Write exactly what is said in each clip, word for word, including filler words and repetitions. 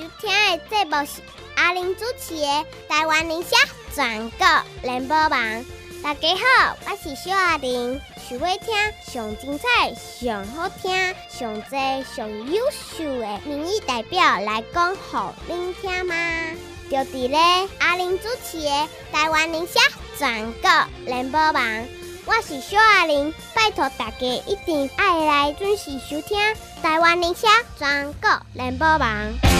收听的节目是阿玲主持的《台湾理想全国联播网》。大家好，我是小阿玲。想要听上精彩、上好听、上多、上优秀的民意代表来讲给您听吗？就伫咧阿玲主持的《台湾理想全国联播网》。我是小阿玲，拜托大家一定要来准时收听台湾理想全国联播网。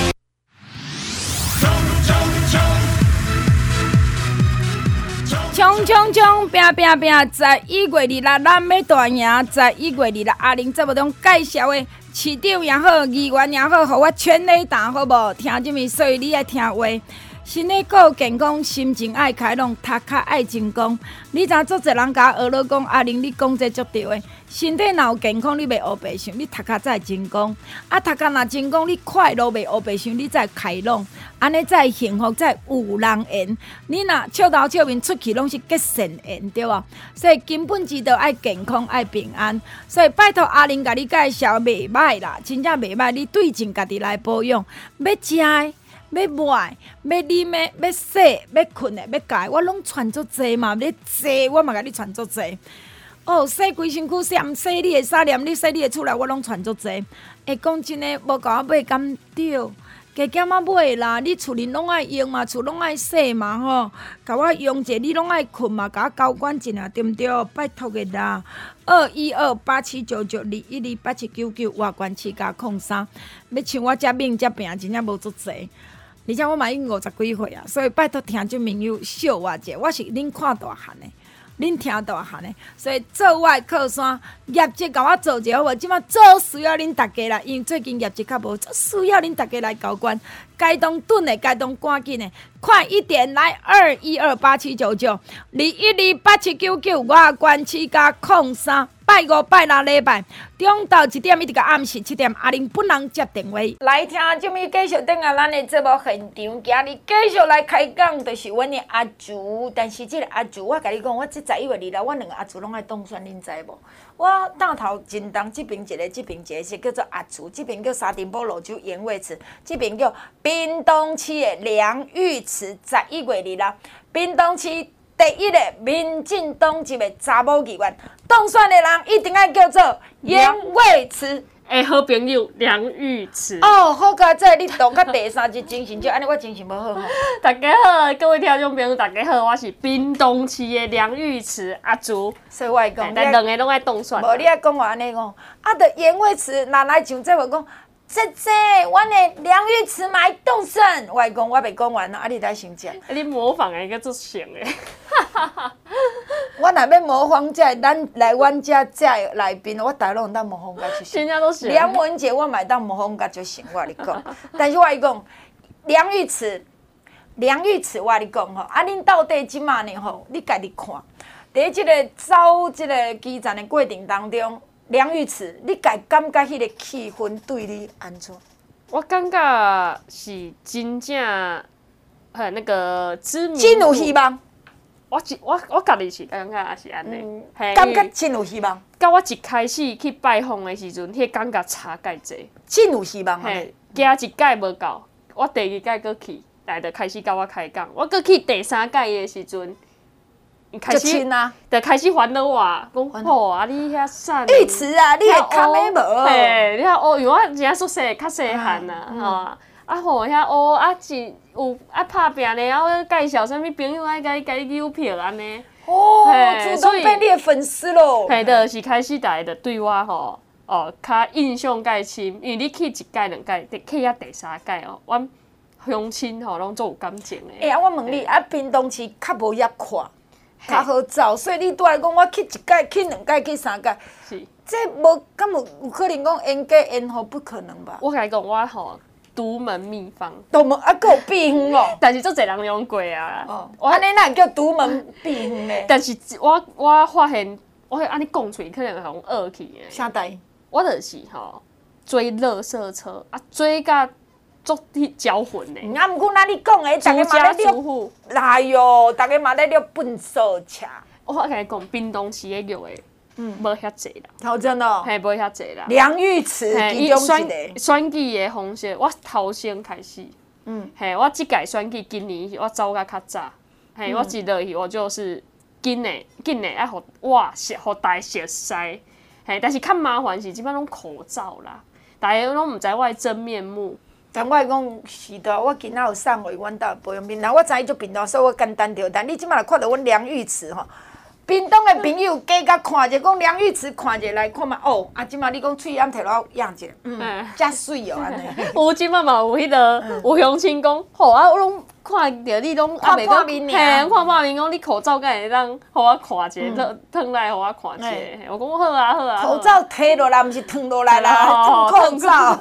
冲冲冲，拼拼拼！十一月二日，咱要大赢！十一月二日，阿玲节目中介绍的市长也好，议员也好，互我全力打，好无？听这么，所以你爱听话。身体够健康，心情爱开朗，读脚爱精工。你知足侪人甲我学了讲，阿玲你讲这足对的。身体若有健康，你袂黑白想，你读脚才会精工。啊，读脚若精工，你快乐袂黑白想，你才会开朗。安尼才会幸福，才会有人缘。你若笑头笑面出去，拢是结善缘，对无？所以根本之道爱健康，爱平安。所以拜托阿玲甲你介绍，袂歹啦，真正袂歹。你对症家己来保养，要食的。要买、要啉的、要洗、要困的、要盖，我拢传足济嘛。你济，我嘛甲你传足济。哦，洗规身躯，嫌洗你的衫，念你洗你的厝内，我拢传足济。会讲真诶，无甲我买敢对？加减啊买啦，你厝里拢爱用嘛，厝拢爱洗嘛吼。甲我用者，你拢爱困嘛，甲我交管一下，对毋对？拜托个啦。二一二八七九九二一二八七九九，外关七加空三。要像我遮命遮病，真正无足济。而且我嘛已经五十几岁啊，所以拜托听众朋友小我者，我是恁看大汉的，恁听大汉的，所以做我的靠山，业绩甲我做者好无？即马做需要恁大家来，因为最近业绩较无，做需要恁大家来交关，该当顿的，该当赶紧的，快一点来二一二八七九九，二一二八七九九，我关七加空三。拜五拜六礼拜，中昼一点一直到暗时七点，阿玲本人接电话来听。这么继续等下咱的节目现场，今日继续来开讲，就是阮的阿竹。但是这个阿竹，我甲你讲，我这十一月二日，阮两个阿竹拢爱当选，恁知无？我大头真重，这边一个，这边一个是叫做阿竹，这边叫沙丁堡路州盐味池，这边叫屏东市的良玉池。十一月二日，屏东市第一个民进党籍的查某议员当选的人，一定要叫做严惠慈。 诶，好朋友梁玉慈。 哦，好佳哉，你读到第三集精神，就安尼我精神无好吼。 大家好，各位听众朋友，大家好，我是屏东市的梁玉慈阿竹。 所以我会讲， 咱两个拢爱当选。 无你爱讲我安尼讲，啊，着严惠慈若来上节目讲。姐姐，阮的梁玉慈嘛爱当选，我会讲，我袂讲完啊，你来先食。 你模仿的个足像的。 我若要模仿这咱来阮遮这来宾，我大拢当模仿甲就行。 真正都是。 梁文杰我嘛当模仿甲就行，我跟你讲。但是我跟你讲，梁玉慈，梁玉慈，我跟你讲吼，啊，恁到底即马呢吼，你家己看，伫即个走即个基站的过程当中。梁玉慈，你家感觉迄个气氛对你安怎？ 我感觉是真正很那个知名度， 真有希望。 我是我我家己是感觉也是安尼， 嗯、感觉真有希望。 甲我一开始去拜访的时阵，迄感觉差介济， 真有希望。 嘿，加一届无够，我第二届搁去，来就开始甲我开讲。我搁去第三届的时阵。开始啊， 就开始烦恼我，讲好啊，你遐瘦， 玉慈啊，你会看的无？ 嘿，你遐学，因为我真正宿舍较细汉呐，吼、啊，啊好遐学，啊是有啊拍拼咧，啊我介绍啥物朋友爱甲伊甲伊邮票安尼。 哦，主动变你的粉丝咯。 嘿，就是开始大家就对我吼，哦，较印象介深，因为你去一届两届，去遐第三届哦，阮乡亲吼拢做有感情的。 哎呀，我问你，啊，屏东市较无遐看。较好走，所以你拄来讲，我去一届、去两届、去三届， 是， 这无敢有有可能讲冤家冤好，不可能吧？ 我甲你讲，我吼独门秘方， 独门啊，佫有秘方哦。 但是足侪人用过啊。 哦，安尼哪会叫独门秘方呢？ 但是我我发现，我安尼讲出可能会互恶去诶。 啥代？ 我就是吼追垃圾车啊，追甲。足啲招魂呢？ 啊，毋过那你讲诶，大家嘛咧录，哎哟，大家嘛咧录粪扫车。 我甲你讲，屏东市迄个诶， 嗯，无遐济啦。 好真的哦。 嘿，无遐济啦。 梁玉慈其中一个。 选举的方式，我头先开始。嗯。嘿，我即届选举今年我走甲较早。嘿，我一落去我就是紧的紧的爱互我熟，互大家熟悉。嘿，但是较麻烦是即摆拢口罩啦，大家拢毋知我的真面目。 但我讲是的，我今仔有送回阮兜保养品，那我知伊做频道，所以我简单着。但你即摆来看到阮梁玉慈吼，屏东的朋友加甲看者，讲梁玉慈看者来看嘛，哦，啊，即摆你讲喙暗摕落样者，嗯，遮水哦安尼。 有即摆嘛有迄个有乡亲讲，吼啊，我拢看着你拢看破面嘿，看破面讲你口罩敢会当互我看者，脱脱来互我看者。我讲好啊好啊。 口罩摕落来，毋是脱落来啦，脱口罩。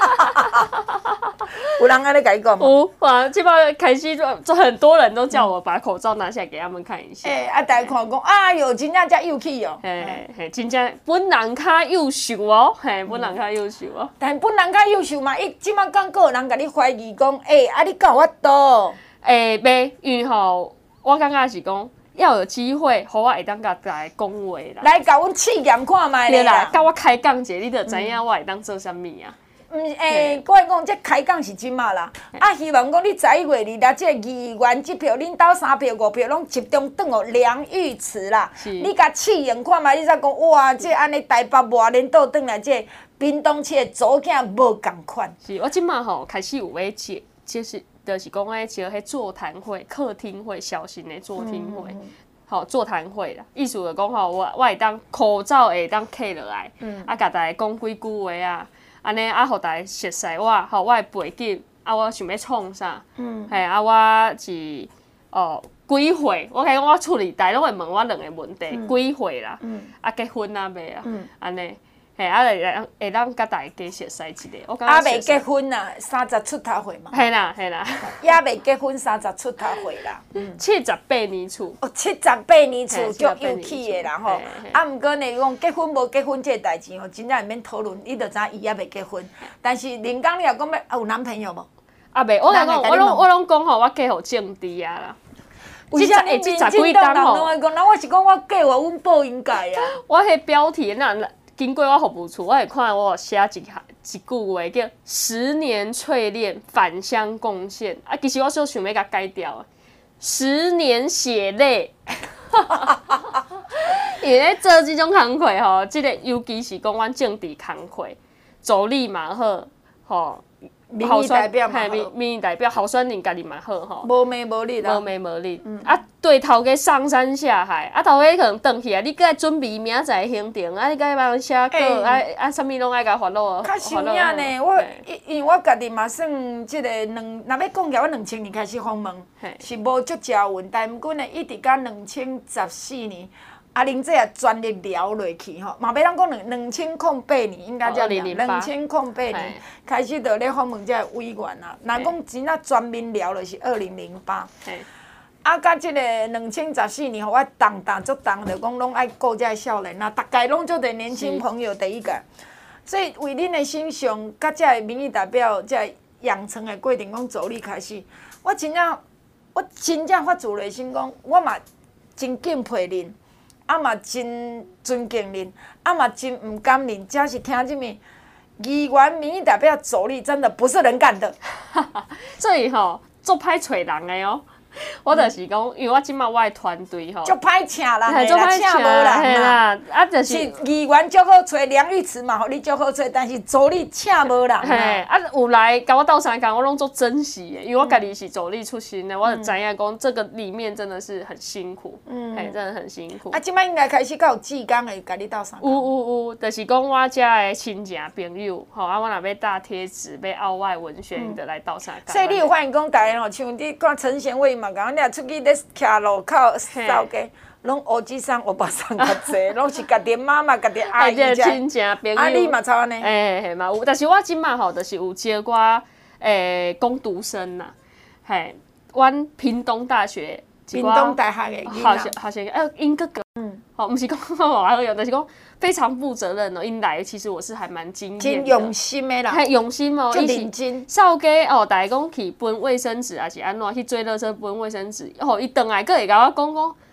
有人安尼甲你讲吗？ 有，哇！即摆开始就很多人都叫我把口罩拿下来给他们看一下。 诶，啊，大家看讲，哎哟，真正遮有气哦。 嘿嘿嘿，真正本人较优秀哦，嘿，本人较优秀哦。 但本人较优秀嘛，伊即摆讲，个有人甲你怀疑讲，诶，啊，你敢有法度？ 诶，袂，因为吼，我感觉是讲要有机会，互我会当甲大家讲话啦。 来甲阮试验看卖咧啦， 甲我开讲者，你就知影我会当做啥物啊。 嗯，诶，我讲这开讲是即马啦，啊，希望讲你十一月二日这议员这票，恁兜三票五票拢集中转互梁玉慈啦。你甲试验看卖，你才讲哇，这安尼台北外连倒转来这屏东市的组囝无共款。 是我即马吼开始有咧接，就是就是讲咧招迄座谈会、客厅会、小型的座厅会。吼座谈会啦，意思就讲吼，我我会当口罩会当揢落来，嗯、啊，甲大家讲几句话啊，安尼啊，互大家熟悉我，吼我的背景，啊，我想要创啥，嗯，嘿，啊，我是哦几岁，我甲讲我处理大家拢会问我两个问题，嗯、几岁啦，嗯、啊结婚啊未啊，安尼、嗯。嘿，啊，会当会当甲大家熟悉一下。我啊，未结婚啦，三十出头岁嘛。 嘿啦，嘿啦。 也未结婚，三十出头岁啦。 嗯，七十八年厝。 哦，七十八年厝足有气的啦吼。啊，毋过呢，讲结婚无结婚这代志吼，真正会免讨论，你就知伊也未结婚。但是林刚，你若讲要有男朋友无？ 啊，袂，我甲讲，我拢我拢讲吼，我嫁互政治啊啦。 为啥你真正人拢会讲？那我是讲我嫁互阮报应该啊。 我迄标题那。经过我服务处，我会看我写一一句话叫“十年淬炼，返乡贡献”。啊，其实我所想要甲改掉，十年血泪。因为咧做即种工课吼，即、这个尤其是讲阮政治工课，助理嘛好，吼。 民意代表嘛好， 民民意代表候选人家己嘛好吼， 无名无利啦， 无名无利。嗯、啊，对头家上山下海，啊头家可能转去啊，你搁准备明仔载行程，啊你搁帮人写稿，欸、啊啊啥物拢爱甲发落。 较想影呢，我因因为我家己嘛算即个两，若要讲起来，我两千年开始访问，是无足招运，但毋过呢，一直到两千十四年。阿玲这也专业聊落去吼，嘛要咱讲两两千零八年应该叫两两千零八年开始就咧访问这委员啊。若讲真啊专门聊就是二零零八。啊，甲即个两千十四年，互我重担足重，就讲拢爱顾这少年啊，逐家拢做对年轻朋友第一个。所以为恁的形象，甲这个民意代表这养成的过程，讲助力开始，我真正我真正发自内心讲，我嘛真敬佩恁。啊嘛真尊敬恁，啊嘛真唔甘恁，只是听即物议员民意代表助理真的不是人干的， 所以吼做歹找人的哦。我就是讲，因为我即马我的团队吼， 足歹请人的啦，请无人啦，啊就是议员足好找，梁玉慈嘛，互你足好找，但是助理请无人。 嘿，啊有来甲我斗相共，我拢做珍惜的，因为我家己是助理出身的，我就知影讲这个里面真的是很辛苦，嗯，嘿，真的很辛苦。 啊，即摆应该开始甲有志工的甲你斗相共。 有有有，就是讲我遮的亲戚朋友，吼，啊我若要搭贴纸，要奥外文宣，就来斗相共。 所以你有发现讲，大家吼，像你看陈贤伟嘛，讲你若出去咧徛路口扫街，拢乌子桑、乌白桑较济，拢是家己妈妈、家己阿姨遮。 亲戚朋友。 啊，你嘛操安尼？ 嘿嘿嘛有，但是我即马吼，就是有接我诶工读生呐，嘿，阮屏东大学。 屏东大学的学生学生，哎，因哥哥，嗯，好，毋是讲我好用，但是讲非常负责任哦。因来其实我是还蛮惊艳的， 真用心的啦， 很用心哦， 就认真。 扫街哦，大家讲去分卫生纸，还是安怎去做垃圾分卫生纸，吼，伊转来佫会甲我讲讲，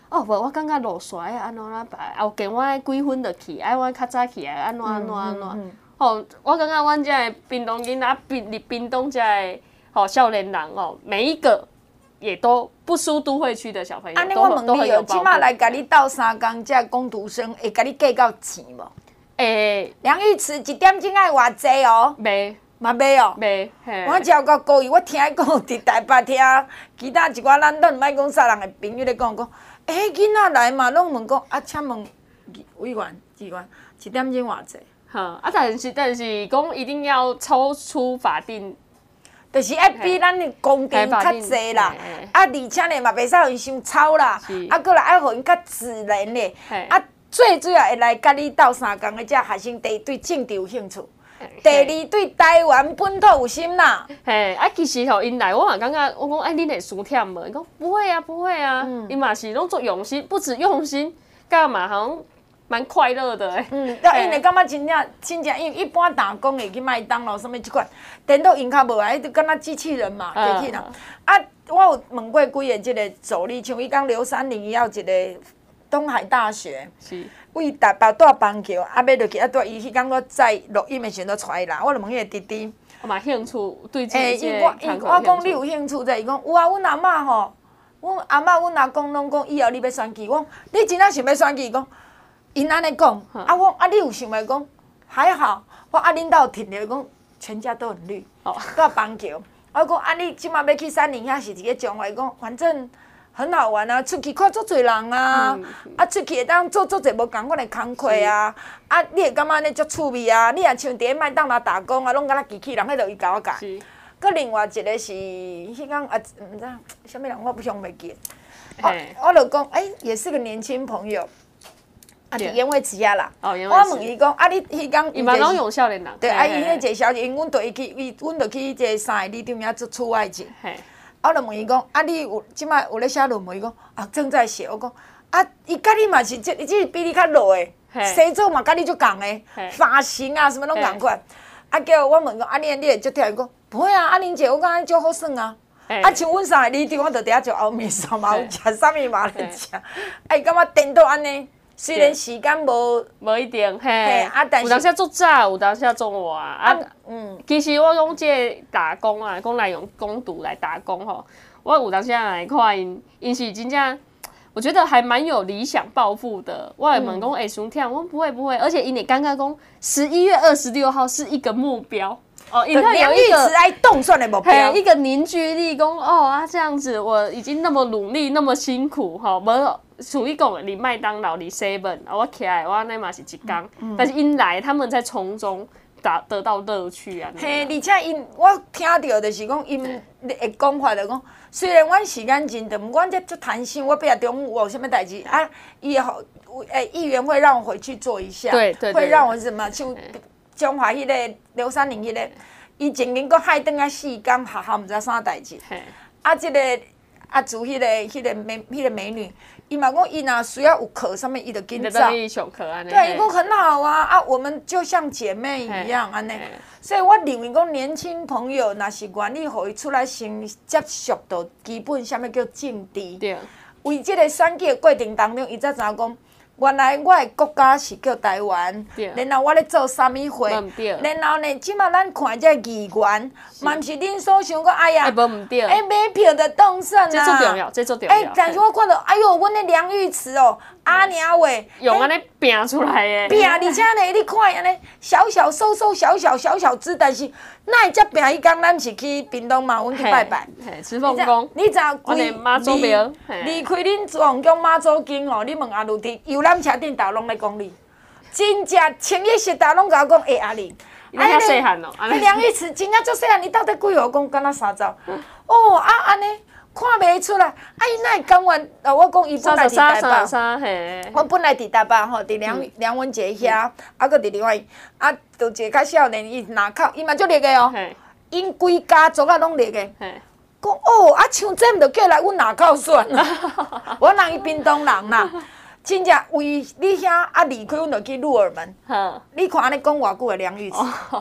哦，无我感觉落衰啊，安怎啦办？后见我爱几分就去，爱我较早起来，安怎安怎安怎？哦，我感觉阮遮的屏东囡仔，屏屏东遮的吼少年人哦，每一个也都不输都会区的小朋友， 安尼我问你哦，即马来甲你斗三工，遮工读生会甲你计到钱无？ 诶， 梁玉慈一点钟爱偌济哦？ 袂， 嘛袂哦。 袂，嘿。 我照到高二，我听伊讲伫台北听其他一寡咱都毋莫讲啥人的朋友咧讲讲，诶，囡仔来嘛，拢问讲啊，请问委员、议员一点钟偌济？ 哈，啊，但是但是讲一定要超出法定。 就是要比咱的工程较济啦，啊，而且呢嘛袂使互因伤吵啦，啊，搁来爱互因较自然咧，啊，最主要会来甲你斗相共的，遮学生第一对政治有兴趣，第二对台湾本土有心啦。 嘿，啊，其实吼因来，我嘛感觉，我讲哎，恁会输忝无？伊讲不会啊，不会啊，伊嘛是拢做用心，不止用心，干嘛好像。蛮快乐的诶， 嗯，但因为感觉真正真正，因为一般打工会去麦当劳什物即款，电脑用较无啊，迄就敢若机器人嘛，机器人。啊，我有问过几个即个助理，像伊讲刘三林伊也有一个东海大学， 是， 为台北带棒球，啊，要落去啊，带伊迄工我在录音的时阵带伊啦，我就问迄个弟弟， 我嘛兴趣对这个伊我伊我讲你有兴趣者，伊讲有啊，阮阿嬷吼，阮阿嬷阮阿公拢讲以后你要选举，我讲你真正想要选举，伊讲。因安尼讲，啊我啊你有想要讲，还好，我啊恁兜停了讲，全家都很绿，带棒球。我讲啊你即马要去山林遐是一个将来讲，反正很好玩啊，出去看足侪人啊，嗯、啊出去会当做足侪无共款的工课啊，啊你会感觉安尼足趣味啊，你也像伫咧麦当劳打工啊，拢敢若机器人，迄著伊甲我教。佮另外一个是，迄讲啊毋知啥物人，我不想袂记。我我就讲，哎、欸，也是个年轻朋友。啊，伫烟味吃啊啦！ 哦， 我问伊讲，啊，你迄讲伊嘛拢用少年人。 对，啊，伊迄个小姐，因阮对伊去，伊阮就去迄个三个里长遐做厝外景。我就问伊讲，啊，你有即摆有咧写论文？伊讲啊，正在写。我讲啊，伊甲你嘛是即，伊只是比你较落诶，洗澡嘛甲你足共诶，发型啊什么拢共款。啊，叫我问讲，啊，你你会足忝？伊讲不会啊，阿玲姐，我感觉足好耍啊。啊，像阮三个里长，我就伫遐食后面烧嘛，有食啥物嘛咧食。啊，伊感觉颠倒安尼。虽然时间无无一定，嘿，啊，但是有当时做早，有当时做晚，啊，嗯，其实我讲这打工啊，讲来用工读来打工吼，我有当时来看因，因是真正，我觉得还蛮有理想抱负的。我会问讲，哎，兄弟，我不会不会，而且因也刚刚讲十一月二十六号是一个目标。哦，因为有一个爱动算的目标， 一个凝聚力，讲哦啊这样子，我已经那么努力，那么辛苦，吼，无属于讲离麦当劳离 seven， 啊，我起来我那嘛是一工，嗯、但是因来他们在从中达得到乐趣啊。 嘿，而且因我听到就是讲因的讲法就讲，虽然阮时间真长，毋过阮这足弹性，我毕业中午有啥物代志啊，伊好诶议员会让我回去做一下， 对对对， 会让我什么像。中华迄个刘三林迄个，伊前经搁海顿啊四工学校，毋知啥代志。啊，即个阿祖迄个迄个美迄个美女，伊嘛讲伊若需要有课啥物，伊就紧找。 对，伊讲很好啊，啊，我们就像姐妹一样安尼。所以我认为讲年轻朋友若是愿意互伊出来先接触到基本啥物叫政治。对。为即个选举过程当中，伊才知影讲。原来我的国家是叫台湾，然后我咧做啥物会，然后呢，即马咱看这议员，嘛毋是恁所想讲，哎呀， 哎，无毋对， 哎，买票的动算啊， 这最重要，这最重要。 哎，但是我看到，哎呦，阮的梁玉慈哦，阿娘话， 用安尼拼出来的， 拼，而且呢，你看安尼小小瘦瘦小小小小只，但是哪会遮拼？伊讲咱是去屏东嘛，阮去拜拜， 吃凤公， 你知规妈祖庙， 离开恁皇宫妈祖经哦，你问阿露伫游览车顶头拢咧讲你，真正清一色大拢甲我讲，哎阿玲， 你遐细汉哦， 哎梁玉慈真正足细汉，你到底几号讲敢若三十？哦啊安尼。看袂出来，啊！伊哪会甘愿？呃，我讲伊本来伫台北，我本来伫台北吼，伫梁梁文杰遐，啊，搁伫另外，啊，就一个较少年，伊拿靠，伊嘛足烈个哦，因规家族啊拢烈个。讲哦，啊，像这毋着叫来阮拿靠选啊！我人伊屏东人啦，真正为你遐啊离开，阮着去鹿耳门。你看安尼讲偌久个梁玉慈。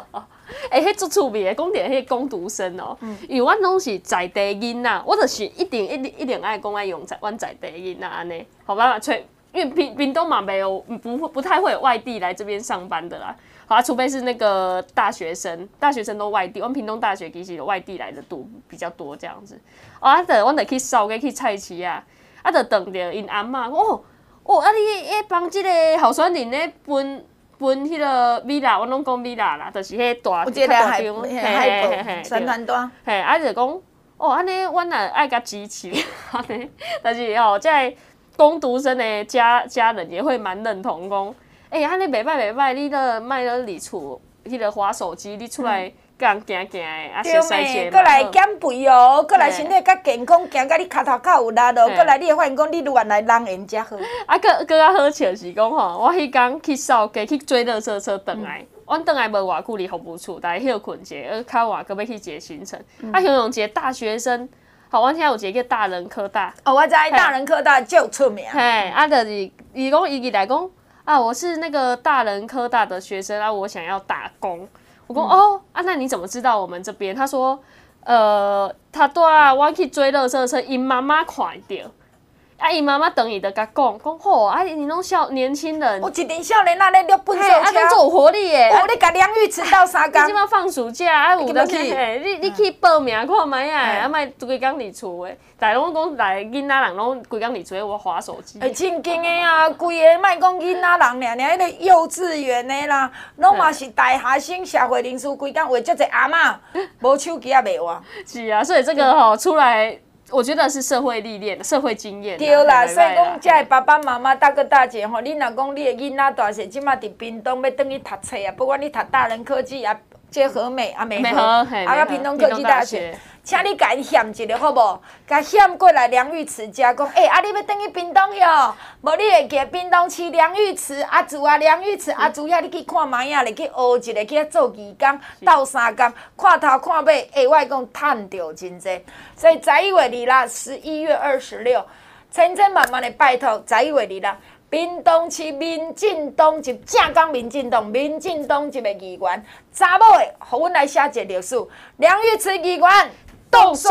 哎、欸，迄足趣味的，讲到迄工读生哦、喔，嗯、因为阮拢是在地囡仔，我就是一定一定一定爱讲爱用在阮在地囡仔安尼，好办法吹。因为屏屏东嘛没有不不太会有外地来这边上班的啦，好啊，除非是那个大学生，大学生都外地，我们屏东大学其实有外地来的多比较多这样子。哦，啊，得我得去扫个去菜市啊，啊，得等着因阿嬷，哦哦，啊你迄帮即个候选人咧分分迄个米啦，我拢讲米啦啦，就是迄大有一个海海报三团单， 嘿，啊就讲哦，安尼阮也爱甲支持，安尼，但是哦，即个。工读生的家家人也会蛮认同讲，哎、欸，安尼袂歹袂歹，你都卖了伫厝，迄个滑手机，你出来甲人行行的，啊，洗洗洗。 过来减肥哦，过来身体较健康，行甲你脚头较有力哦，过来你会发现讲你原来人缘才好。 啊，搁搁较好笑是讲吼，我迄天去扫街去追垃圾车转来，阮转来无偌久离服务处，大概休困者，而较晚搁要去一个行程，啊，形容一个大学生。好，阮遐有一个大人科大。 哦，我知大人科大就出名。 嘿，啊，就是伊讲伊来讲啊，我是那个大人科大的学生啊，我想要打工。我讲、嗯、哦，啊，那你怎么知道我们这边？他说，呃，他带我去追垃圾车，因妈妈看到。啊！伊妈妈等伊就甲讲讲好，啊！你拢少年轻人， 有一阵少年仔咧溜粪扫车， 啊，拢做有活力诶。 哦，你甲梁玉池斗三工， 你即摆放暑假啊，有得去，你你去报名看卖啊，啊，莫规工伫厝诶。但拢讲来囡仔人拢规工伫厝我滑手机。 诶，正经诶啊，规个莫讲囡仔人尔，尔迄个幼稚园诶啦，拢嘛是大学生、社会人士，规工话足侪阿嬷无手机也袂换。 是啊，所以这个吼出来。我觉得是社会历练、社会经验。 对啦，所以讲，这爸爸妈妈、大哥大姐吼，你若讲你的囡仔大细，即马伫屏东要转去读册啊，不管你读大人科技啊，这和美啊、美和，啊个屏东科技大学，请你甲因嫌一个好无？甲嫌过来梁玉池家讲，诶、欸，啊，你要转去屏东哟？无你会记屏东市梁玉池阿祖啊，梁玉池阿祖遐，你去看卖啊，来去学一个，去做义工，斗三工，看头看尾，诶、欸，我讲趁着真济。所以十一月二日、十一月二十六，千千万万的拜托，十一月二日，屏东市民进党一正港民进党，民进党一个议员，查某的，互阮来写一个历史，梁玉池议员当选。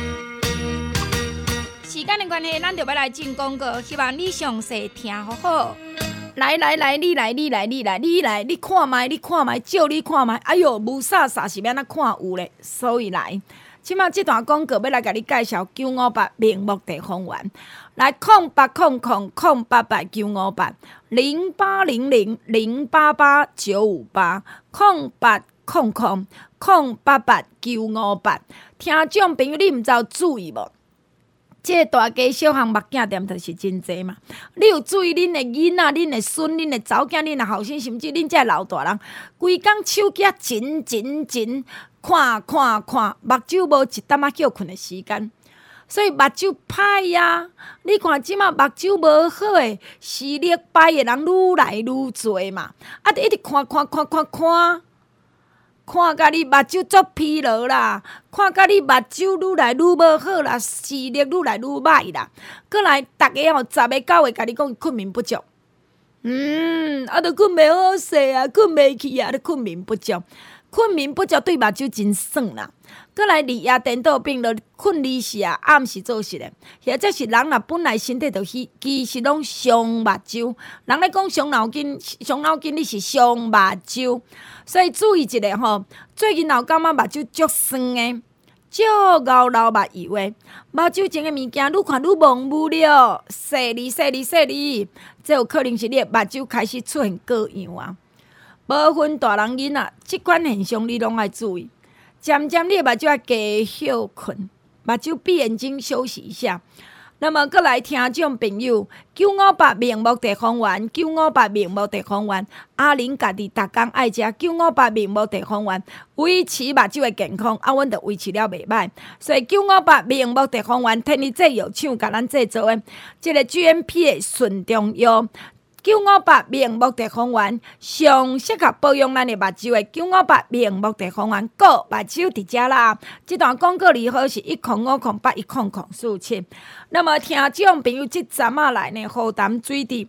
时间的关系，咱就要来进广告，希望你详细听好好。来来来，你来你来你来你来，你看卖你看卖，照你看卖。哎哟，无啥啥是要哪看有咧，所以来。即马即段广告要来甲你介绍九五八名目地方园，来空八空空空八八九五八零八零零零八八九五八空八空空空八八九五八，听众朋友你毋知有注意无？即个大家小项目囝店就是真济嘛，你有注意恁的囡仔、恁的孙、恁的查某囝、恁的后生，甚至恁这老大人，规工手机啊，真真真看看看，目睭无一点仔休困的时间，所以目睭歹啊！你看即马目睭无好的、视力歹的人愈来愈侪嘛，啊，一直看看看看看。看甲你目睭足疲劳啦，看甲你目睭愈来愈无好啦，视力愈来愈歹啦。过来，逐个吼十个九个甲你讲困眠不足，嗯，啊，都困袂好势啊，困袂去啊，都困眠不足。困眠不足对目睭真爽啦。过来，日夜颠倒病了，困离时啊，暗时做事的，或者是人若本来身体就虚，其实拢伤目睭。人咧讲伤脑筋，伤脑筋你是伤目睭，所以注意一下吼。最近老感觉目睭足酸的，足熬流目油的，目睭前的物件愈看愈模糊了，细哩细哩细哩，这有可能是你的目睭开始出现各样啊。无分大人囡仔，即款现象你拢爱注意。渐渐你的目睭要加休困，目睭闭眼睛休息一下。那么，搁来听众朋友，九五八名目地方园，九五八名目地方园，阿玲家己逐工爱食九五八名目地方园，维持目睭的健康，啊，阮着维持了袂歹。所以九五八名目地方园，天日这药厂甲咱制作的，即个 G M P 的纯中药。九五八名目地方园上适合保养咱的目睭的九五八名目地方园，个目睭伫遮啦。这段广告里好是一空五空八一空空四七。那么听众朋友，这阵啊来呢，河淡水滴，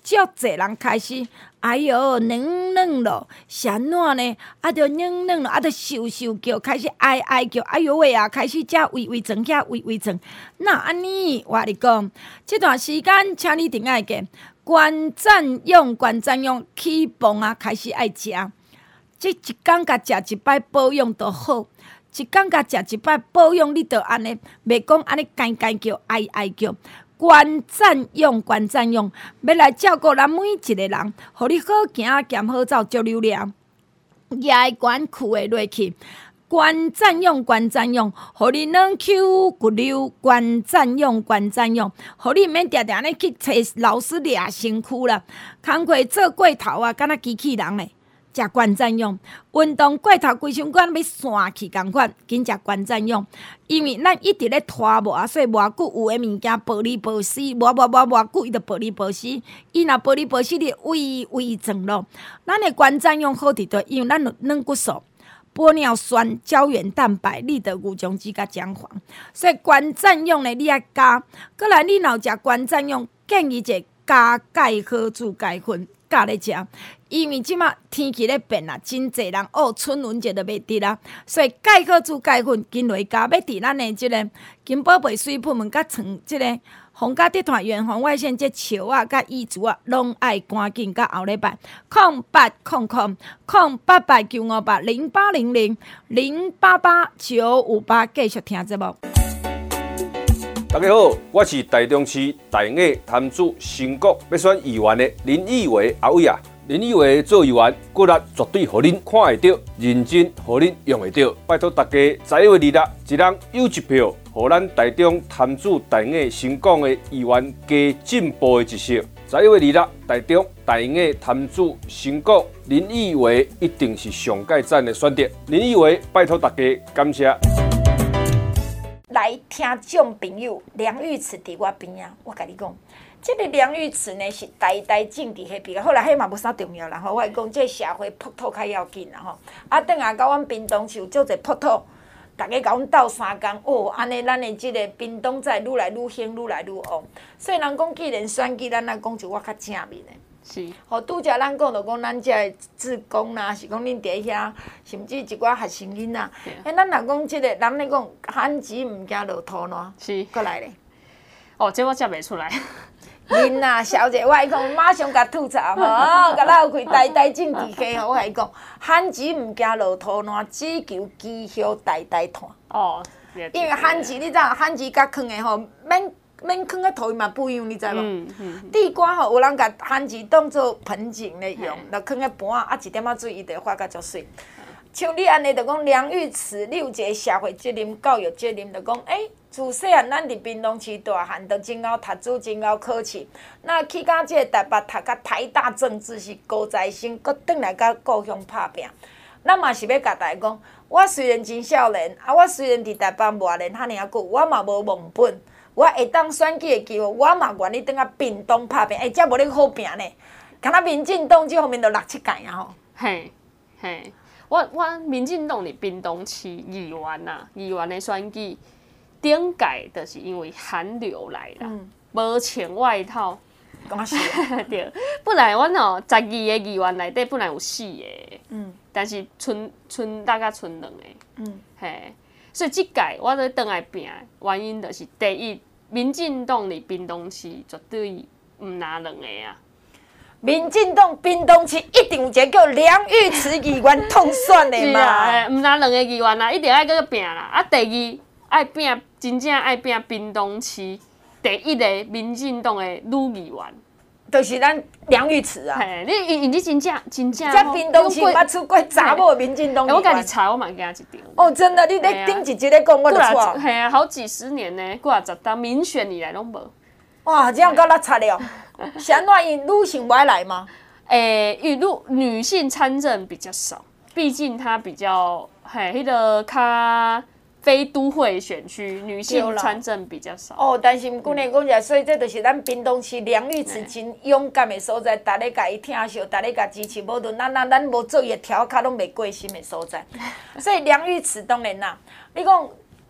足侪人开始，哎哟，软软咯，啥软呢？啊，着软软咯，啊，着咻咻叫，开始哀哀叫，哎哟喂啊，开始遮微微转，遐微微转。那安尼，我你讲，这段时间，请你定爱记，关赞用关赞用起磅啊，开始爱食。即一工甲食一摆保养就好，一工甲食一摆保养，你着安尼，袂讲安尼干干叫、哀哀叫。关赞用关赞用，要来照顾咱每一个人，互你好行兼好走，足溜了，牙关跍会落去。关赞用关赞用，互你软 Q 骨溜。关赞用关赞用，互你免定定咧去找老师掠身躯啦，工课做过头啊，敢若机器人咧。食关赞用，运动过头规身躯要散去共款，紧食关赞用。因为咱一直咧拖磨，所以偌久有诶物件保哩保湿，磨磨磨偌久伊就保哩保湿。伊若保哩保湿，你微微转咯。咱诶关赞用好伫倒，因为咱有软骨素、玻尿酸、胶原蛋白、立德牛浆脂甲姜黄，所以关赞用咧你爱加。过来你若有食关赞用，建议者加钙好珠钙粉。加咧食，因为即马天气咧变啦，真侪人哦，春轮节都袂得啦，所以钙好珠钙粉紧落加，要伫咱的即个金宝贝水品门甲床即个红甲地团圆红外线即树啊，甲衣竹啊，拢爱赶紧甲后礼拜空八空空空八八九五八零八零零零八八九五八继续听节目。 大家好，我是台中市大雅潭子新国要选议员的林义伟阿伟啊。林义伟做议员，骨力绝对互恁看会到，认真互恁用会到。拜托大家十一月二日，一人有一票，互咱台中潭子大雅新港的议员加进步的一色。十一月二日，台中大雅潭子新港林义伟一定是上界赞的选择。林义伟，拜托大家，感谢。 来听众朋友，梁玉慈伫我边啊，我甲你讲，即、这个梁玉慈呢是代代种伫迄边，好啦，迄嘛无啥重要啦吼。我讲，即、这个社会朴土较要紧啦吼。啊，等下到阮屏东是有足侪朴土，大家甲阮斗相共，哦，安尼咱的即个屏东才愈来愈兴，愈来愈旺。所以人讲，既然选举，咱来讲就我较正面的。 是， 吼，拄则咱讲着讲，咱遮的志工啦，是讲恁伫遐，甚至一寡学生囡仔，哎，咱若讲即个，人咧讲旱钱毋惊落土烂， 是， 过来咧。 哦，这我接袂出来。 恁啊，小姐，我来讲，马上甲吐槽吼，甲老开代代种地溪吼，我来讲，旱钱毋惊落土烂，只求枝叶代代传。 哦， 因为旱钱，你知影，旱钱甲囥的吼，免。免囥喺土伊嘛不用，你知无？嗯嗯。地瓜吼，有人甲旱钱当做盆景咧用，就囥喺盘啊，一点仔水伊就发甲足水。像你安尼，就讲梁玉慈，你有一个社会责任、教育责任，就讲，诶、欸，自细汉咱伫屏东市大汉，就真够读书，真够考试。那去到即个台北读到台大政治系高材生，搁转来甲故乡拍拼。咱嘛是要甲大家讲，我虽然真少年，啊，我虽然伫台北磨练遐尔久，我嘛无忘本。我会当选举的机会，我嘛愿意等下屏东拍拼，哎，遮无咧好拼呢。敢若民进党这方面都六七届啊吼。 嘿，嘿，我我民进党伫屏东市议员呐，议员的选举顶届就是因为寒流来啦，无、嗯、穿外套。 讲是对，本来阮吼十二个议员内底本来有四个，嗯，但是剩剩大概剩两个，嗯，嘿，所以即届我咧倒来拼，原因就是第一。民进党伫屏东市绝对毋拿两个啊！ 民进党屏东市一定有一个叫梁玉慈议员通选的嘛， 毋拿两个议员啊，一定爱搁拼啦！啊，第二爱拼，真正爱拼屏东市第一个民进党的女议员， 就是咱梁玉慈啊！ 嘿，你你你真正真正， 在屏东市捌出过查某民进党议员。 我家己查，我嘛惊一张。 哦，真的，你咧顶一集咧讲，我就错。 系啊，好几十年呢，几啊十当民选以来拢无。 哇，这样够咱查了。是安怎因女性不爱来吗？ 诶、欸，女女性参政比较少，毕竟她比较嘿，迄、那个较。非都会选区女性参政比较少哦，但是毋过呢，讲起来，所以这就是咱屏东市梁玉慈真勇敢的所在，逐个甲伊听惜，逐个甲支持，无论咱咱咱无做伊的条卡拢袂过心的所在。所以梁玉慈当然啦，你讲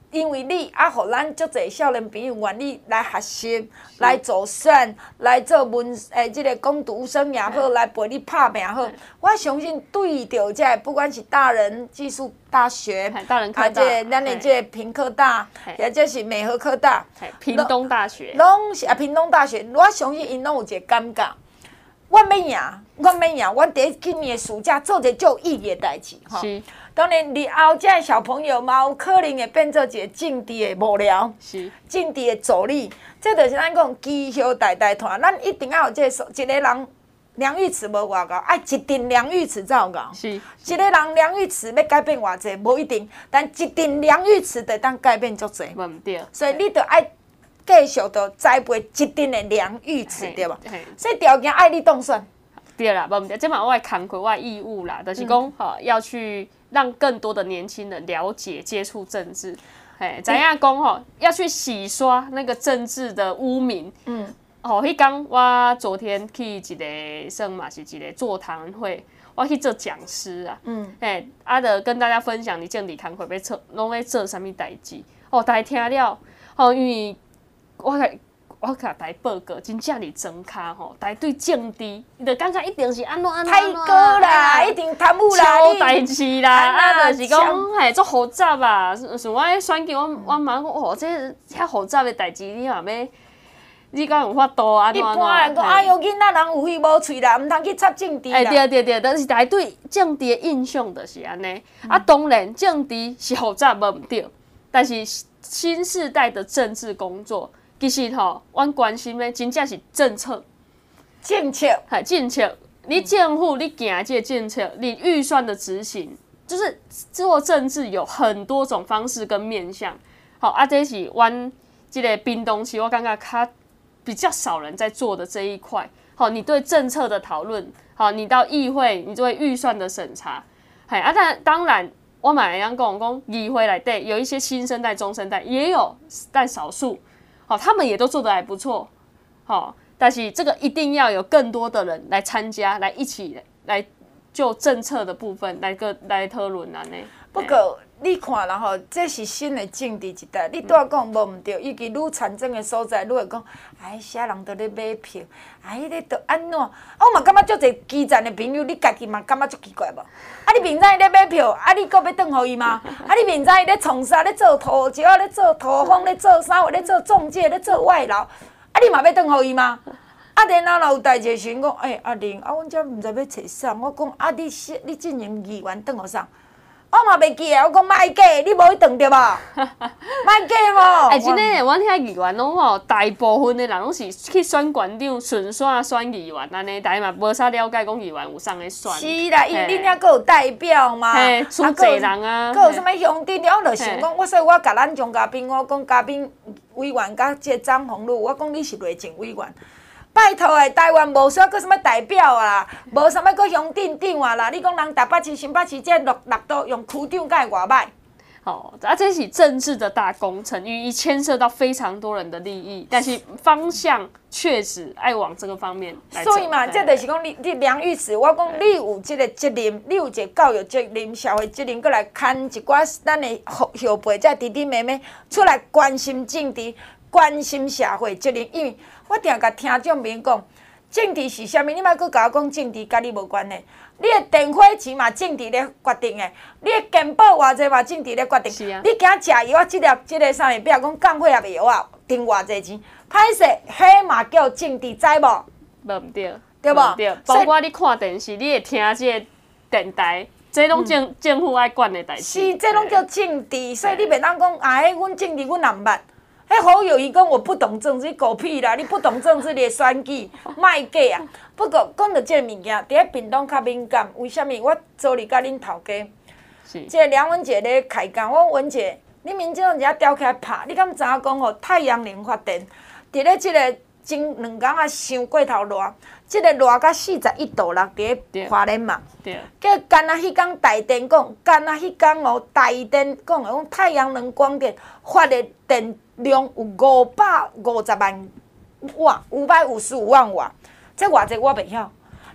因为你啊，互咱足侪少年朋友愿意来学习、来做选、来做文诶，即、这个攻读生也好，来陪你拍拼好。我相信对着这不管是大人技术大学， 大人科大， 啊，这咱的这屏科大，或者是美和科大， 屏东大学， 拢是啊，屏东大学，我相信因拢有一个感觉。我要赢，我要赢，我第今年的暑假做一个足有意义的代志，吼。当然，日后这个小朋友嘛，有可能会变做一个政治的幕僚，政治的助理。这就是咱讲基校代代传，咱一定要有这个一个人良玉池无偌高，爱一定良玉池才有够。 是， 一个人良玉池要改变偌济，无一定，但一定良玉池就当改变足济。 无毋对。 所以你着爱继续着栽培一定的良玉池，对吧？所以条件爱你当选。 对啦，无毋对，这嘛我的工作，我的义务啦，就是讲吼、嗯、要去让更多的年轻人了解、接触政治，嘿，知影讲吼要去洗刷那个政治的污名。嗯，哦，迄天我昨天去一个算嘛是一个座谈会，我去做讲师啊。嗯，嘿，啊，着跟大家分享你政治工作要做，拢在做啥物代志。哦，大家听了，哦，因为我甲我甲大家报告，真正是装卡吼，大家对政治，你着感觉一定是安怎安怎。 太高啦，一定贪污啦， 超代志啦，啊，就是讲嘿，足复杂啊。像我咧选举，我我妈讲，哦，这遐复杂的代志，你嘛要，你敢有法度安怎安怎？ 一般人讲，哎哟，囡仔人有耳无喙啦，毋通去插政治啦。 哎，对对对，但是大家对政治的印象就是安尼。啊，当然政治是复杂无毋对，但是新世代的政治工作。其实吼，阮关心的真正是政策、 政策， 系政策。你政府你行这个政策，你预算的执行，就是做政治有很多种方式跟面向。好啊，这是阮这个屏东市，我感觉较比较少人在做的这一块。好，你对政策的讨论，好，你到议会，你对预算的审查，系啊，但当然。我嘛会晓讲讲，议会内底有一些新生代、中生代，也有但少数，好，他们也都做得还不错，好，但是这个一定要有更多的人来参加，来一起来就政策的部分来个来讨论安尼。 不过你看啦吼，这是新的政治一代，你拄仔讲无毋对，尤其愈惨重的所在，愈会讲，哎，啥人都咧买票，哎，迄个都安怎？啊，我嘛感觉足侪基层的朋友，你家己嘛感觉足奇怪无？啊，你明知伊咧买票，啊，你搁要转互伊吗？啊，你明知伊咧创啥？咧做土石，咧做土方，咧做啥？咧做中介，咧做外劳，啊，你嘛要转互伊吗？啊，然后若有代志时，讲，哎，阿玲，啊，阮遮毋知要找啥，我讲，啊，你你进行议员转互啥？我嘛袂记啊！我讲莫假，你无去当着无？莫假无？ 哎，真诶，阮遐议员拢吼，大部分诶人拢是去选县长、顺线选议员安尼，大家嘛无啥了解讲议员有啥咧选。 是啦，因为恁遐阁有代表嘛， 嘿，出侪人啊， 阁有啥物乡镇，我就想讲，我所以我甲咱张嘉宾，我讲嘉宾委员甲即个张宏禄，我讲你是内政委员。拜托诶，台湾无啥个什么代表啊，无啥物个乡镇长啊啦！你讲人台北市、新北市这六六都用区长，敢会偌歹？ 哦，啊，这是政治的大工程，因为牵涉到非常多人的利益，但是方向确实爱往这个方面来走。 所以嘛，这就是讲你你良玉池，我讲你有这个责任，你有一个教育责任、社会责任，过来牵一寡咱的后后辈，这弟弟妹妹出来关心政治、关心社会责任，因为。我定甲听众朋友讲，政治是啥物？你莫阁甲我讲政治甲你无关系。你的电火钱嘛，政治咧决定的；你的健保偌济嘛，政治咧决定。 是啊。 你惊食药啊？即粒即个啥物？比如讲降血压的药啊，定偌济钱？歹势，迄嘛叫政治，知无？ 无毋对， 对无？ 对，包括你看电视，你会听即个电台，这拢政、嗯、政府爱管的代志。 是，这拢叫政治，所以你袂当讲啊，迄阮政治阮也毋捌。迄好友伊讲我不懂政治，狗屁啦！你不懂政治，你会选举，莫假啊！不过讲到即个物件，伫咧屏东较敏感，为虾米？我昨日甲恁头家，即个梁文杰咧开讲，我文杰，你民众人家调起来拍，你敢知影讲吼？太阳能发电，伫咧即个前两工啊，伤过头热，即个热到四十一度六，伫咧花莲嘛。对。叫干那迄工台电讲，干那迄工哦，台电讲讲太阳能光电发的电。量有五百五十万瓦，五百五十五万瓦，这偌济我袂晓。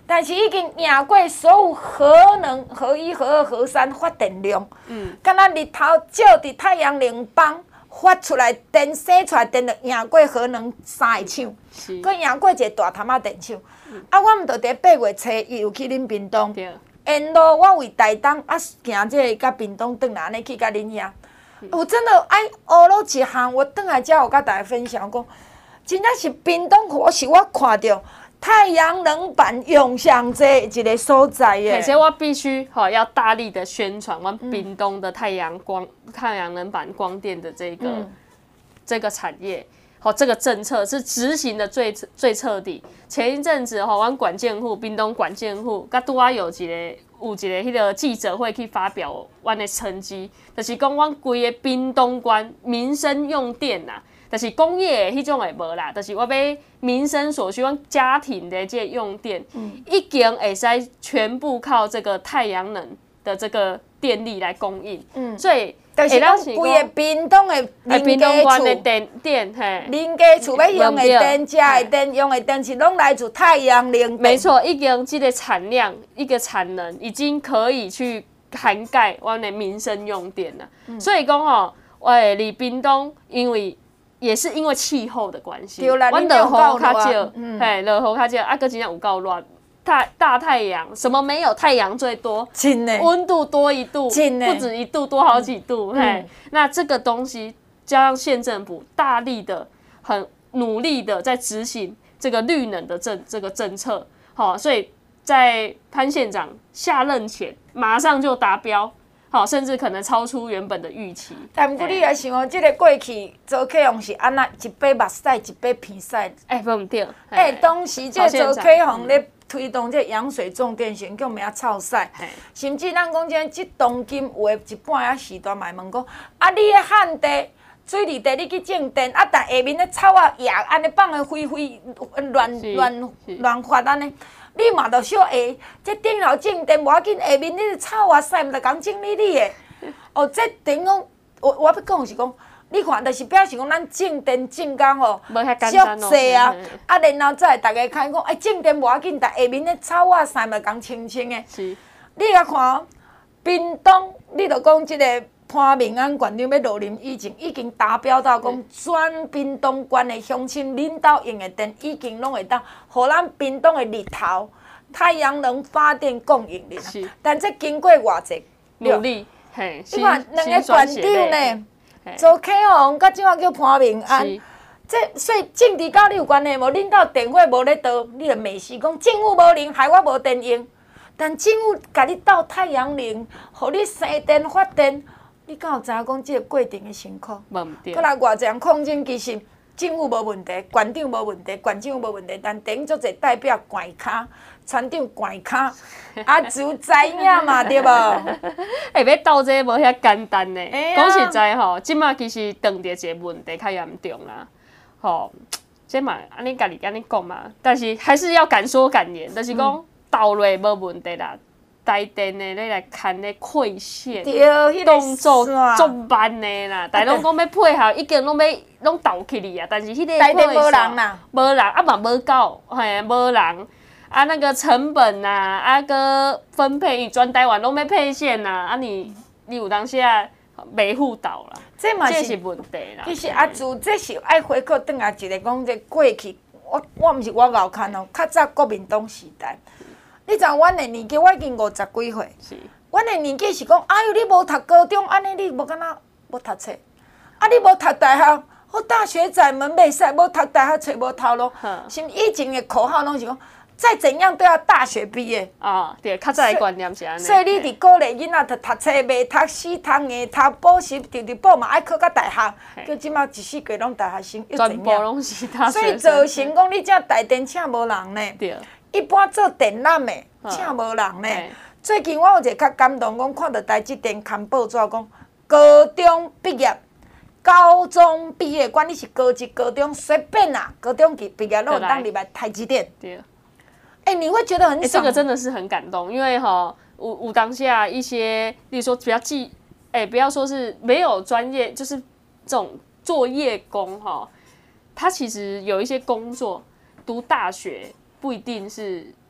但是已经赢过所有核能、核一、核二、核三发电量。嗯，敢若日头照伫太阳能板发出来电、生出来电，就赢过核能三个厂，佮赢过一个大潭仔电厂。嗯、啊，我毋着伫八月初伊有去恁屏东，沿路我为台东啊行这个甲屏东转来，安尼去甲恁遐。我真的爱学了一项，我转来才有甲大家分享讲，真正是屏东，我是我看到太阳能板用上济一个所在耶。 所以我必须吼要大力的宣传我们屏东的太阳光、嗯、太阳能板光电的这个、嗯、这个产业。好，这个政策是执行的最最彻底。前一阵子吼，阮管建户、屏东管建户，甲拄啊有一个有一个迄个记者会去发表阮的成绩，就是讲阮规个屏东县民生用电呐，就是工业的迄种的无啦，就是我要民生所需，阮家庭的这个用电，嗯、已经会使全部靠这个太阳能的这个电力来供应，嗯、所以。 就是讲规个屏东的邻家厝的电电，嘿， 邻家厝要用的电、食的电、用的电是拢来自太阳能电。 没错，已经这个产量、一个产能已经可以去涵盖我们的民生用电了。嗯、所以讲吼，喂，离屏东因为也是因为气候的关系， 对啦， 阮落雨较少，嘿，落雨较少，啊，搁真正有够热。大大太阳，什么没有？太阳最多，温度多一度，不止一度，多好几度。嗯、嘿，那这个东西加上县政府大力的、很努力的在执行这个绿能的政这个政策，好，所以在潘县长下任前马上就达标，好，甚至可能超出原本的预期。 但不过你来想哦，这个过去做客用是安那一杯目屎一杯鼻屎。 哎，不唔对。 哎，当时这做客用咧。推动这扬水重电线，叫名臭屎，甚至咱讲这即当今有诶一半仔时段嘛问讲，啊，你咧旱地、水利地你去种电，啊，但下面咧草啊叶安尼放诶飞飞乱乱乱发安尼，你嘛着小下，这顶头种电无要紧，下面你草啊屎毋着讲整理你诶。哦，这等讲，我我要讲是讲。你看，就是表示讲，咱种电种工吼，足济啊，啊，然后再大家看讲，哎，种电无要紧，但下面咧草啊、啥物讲清清诶。是。你来看哦，屏东，你着讲即个潘明安县长要落任以前，已经达标到讲，全屏东县的乡亲领导用的电，已经拢会当，互咱屏东的日头、太阳能发电供应哩。是。但这经过偌济努力，嘿， 你看两个县长呢？做客户，甲怎啊叫潘明安？这所以政治甲你有关系无？恁兜电话无咧倒，你就骂死讲政府无能，害我无电用。但政府甲你斗太阳能，互你生电发电，你敢有知影讲即个过程的辛苦？ 无对。 过来偌济人抗争，其实政府无问题，县长无问题，县长无问题，但顶足侪代表怪卡。村长怪卡，啊，就知影嘛，对无？ 哎，要斗这无遐简单呢。讲实在吼，即马其实当着一个问题较严重啦。吼，这嘛安尼家己安尼讲嘛，但是还是要敢说敢言，就是讲斗落无问题啦。台电的咧来看咧亏线，动作足慢的啦，但拢讲要配合，已经拢要拢斗起哩啊。但是迄个台电无人啦， 无人啊嘛无够，嘿，无人。啊，那个成本呐、啊，啊个分配，全台湾拢要配线呐、啊，啊你你有当下袂辅导啦， 这嘛是是问题啦。 其实阿朱，这是爱回顾转来一个讲这过去，我我毋是我后看哦，较早国民党时代，你知影阮的年纪，我已经五十几岁，是，阮的年纪是讲，哎呦，你无读高中，安尼你无敢若无读册，啊你无读大学，我大学仔门袂使，无读大学找无头路，甚以前的口号拢是讲。再怎样都要大学毕业。 哦，对，较早的观念是安尼。 所以你伫鼓励囡仔，着读册，袂读死读硬读补习，直直补嘛爱考到大学。叫即马一世界拢大学生，又怎样？ 全部拢是大学生。 所以造成讲你这台电请无人呢。对。一般做电缆的请无人呢。最近我有一个较感动，讲看到台积电刊报纸讲，高中毕业、高中毕业，管你是高职、高中，随便啦，高中毕毕业拢有当入来台积电。对。哎、欸，你会觉得很爽、欸？ 这个真的是很感动，因为哈，有有当下一些，例如说比较技，哎、欸，不要说是没有专业，就是这种作业工哈，他其实有一些工作，读大学不一定是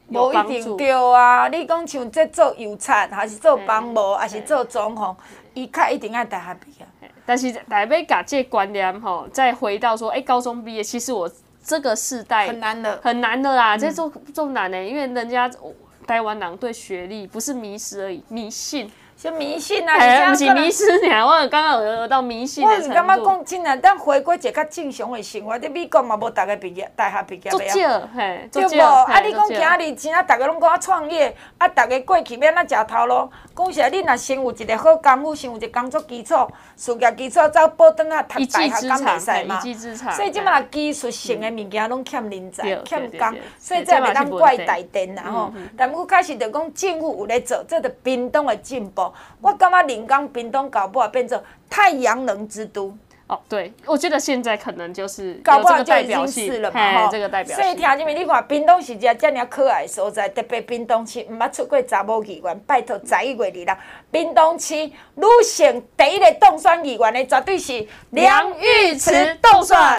有无一定帮助。 对啊，你讲像这做邮差，还是做帮务，还是做装潢，伊较一定爱大学毕业。 但是来要甲这个观念吼，再回到说，哎、欸，高中毕业，其实我这个世代很难的， 很难的啦，嗯、这做做难的，因为人家台湾人对学历不是迷失而已，迷信。 就迷信啊！ 哎，不是迷失尔，我刚刚有到迷信的程度。 我是感觉讲真诶，咱回归一个较正常诶生活。伫美国嘛，无逐个毕业，大学毕业的啊。足少，嘿， 对无？啊，你讲今日真啊，逐个拢讲创业，啊，逐个过去要安怎食头路？讲实在，你若先有一个好功夫，先有一个工作基础，事业基础，走报转啊，读大学敢袂使嘛？ 一技之长。 所以即马技术性诶物件拢欠人才，欠工，所以这袂当怪台电啦吼。但不过开始着讲政府有咧做，这着屏东诶进步。我感觉临港屏东搞不好变成太阳能之都。 哦，对，我觉得现在可能就是搞不好就代已经表性是了嘛，吼。 这个代表性。 所以听这边你看，屏东是一个这么可爱的所在，特别屏东市毋捌出过查某议员，拜托十一月二日，屏东市女性第一个当选议员的绝对是梁玉慈当选。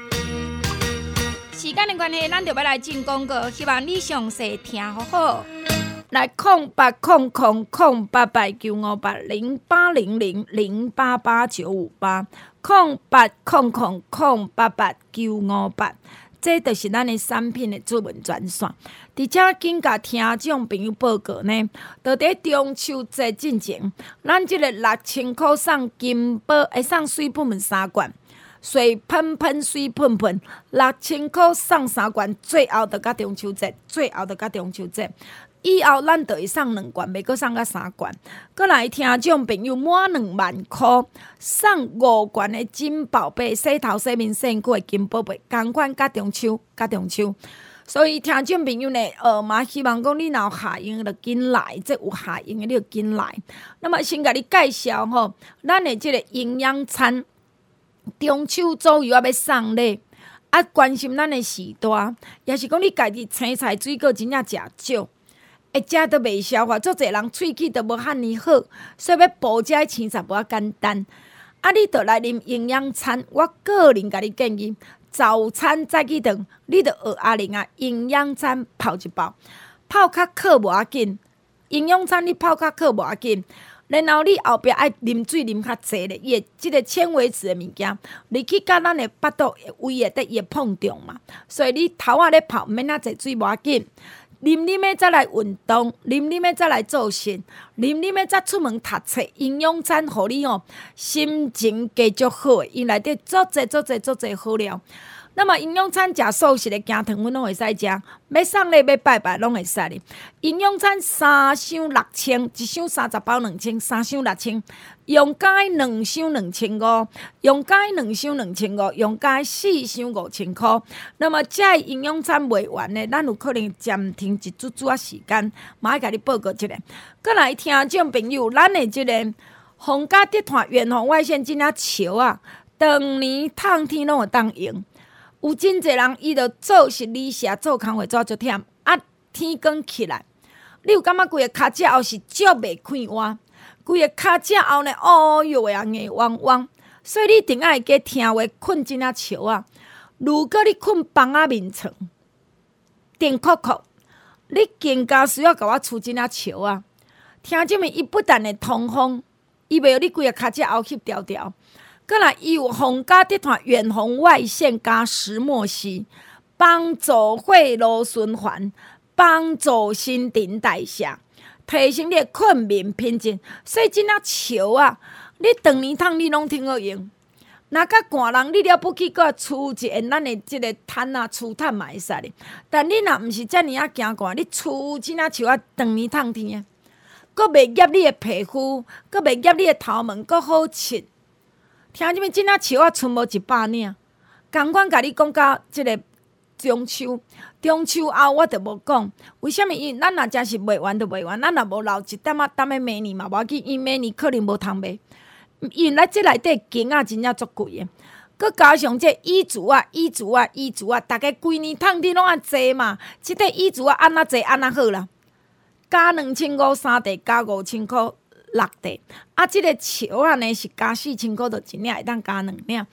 时间的关系，咱就要来进广告，希望你详细听好好。来空八空空空八八九五八零八零零零八八九五八空八空空空八八九五八，这就是咱的产品的主文专线。而且紧甲听众朋友报告呢，就伫中秋节进前，咱即个六千块送金宝，会送水喷喷三罐。水喷喷，水喷喷，六千块送三罐，最后就到中秋节，最后就到中秋节。以后咱就会送两罐，袂阁送到三罐。阁来听众朋友满两万块，送五罐的金宝贝，洗头、洗面、洗躯的金宝贝，同款甲中秋，甲中秋。所以听众朋友呢，呃嘛希望讲你若有下用就紧来，即有下用的你就紧来。那么先甲你介绍吼，咱的即个营养餐。中秋左右啊，要送礼啊，关心咱的时段，也是讲你家己青菜水果真正食少，会食都袂消化，足侪人喙齿都无遐尼好，所以要补这些青菜无遐简单。啊，你着来啉营养餐，我个人甲你建议，早餐早起顿，你着学阿玲啊，营养餐泡一包，泡较渴无要紧，营养餐你泡较渴无要紧。然后你后壁爱啉水啉较济咧，伊即个纤维质的物件，入去甲咱的腹肚胃会得伊会碰撞嘛，所以你头仔咧泡，免啊济水无要紧。啉啉的再来运动，啉啉的再来做事，啉啉的再出门读册，营养餐互你哦，心情加足好诶，伊内底足济足济足济好料。那么营养餐食素食的姜糖，阮拢会使食；要送礼要拜拜，拢会使哩。营养餐三箱六千，一箱三十包两千，三箱六千。用解两箱两千五，用解两箱两千五，用解四箱五千块。那么这营养餐卖完呢，咱有可能暂停一组组啊时间，马上甲你报告一下。过来听众朋友，咱的这个皇家集团远红外线真正潮啊，当年烫天拢会当用。有真侪人，伊着做实理社做工会做足忝，啊天光起来，你有感觉规个骹趾后是足袂快活，规个骹趾后呢，哦哟呀，眼汪汪，所以你一定爱加听话，困真啊潮啊。如果你困房仔面床，电酷酷，你更加需要甲我厝真啊潮啊。听即面，伊不但会通风，伊袂互你规个骹趾后翕条条。过来，伊有皇家集团远红外线加石墨烯，帮助血路循环，帮助新陈代谢，提升你的睡眠品质。所以真啊潮啊！你长年烫你拢挺好用。若较寒人，你了不起搁除一下咱的即个毯啊，除毯嘛会使哩。但你若毋是遮尔啊惊寒，你除真啊潮啊，长年烫天的，搁袂夹你的皮肤，搁袂夹你的头毛，搁好拭。听即面真啊潮啊，剩无一百领。共款甲你讲到即个中秋，中秋后我着无讲，为虾米？因咱若真是卖完就卖完，咱若无留一点仔等下明年嘛无要紧，因明年可能无通卖。因来即内底金仔真正足贵诶，佮加上这衣橱啊、衣橱啊、衣橱啊，逐个规年烫天拢啊济嘛，即块衣橱啊安怎济安怎好啦，加两千五三地，加五千块。六地，啊，即、这个笑啊呢是加四千块，就一领会当加两领。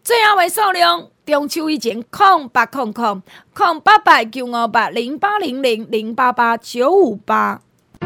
最后的数量，中秋以前空八空空空八八九五八零八零零零八八九五八。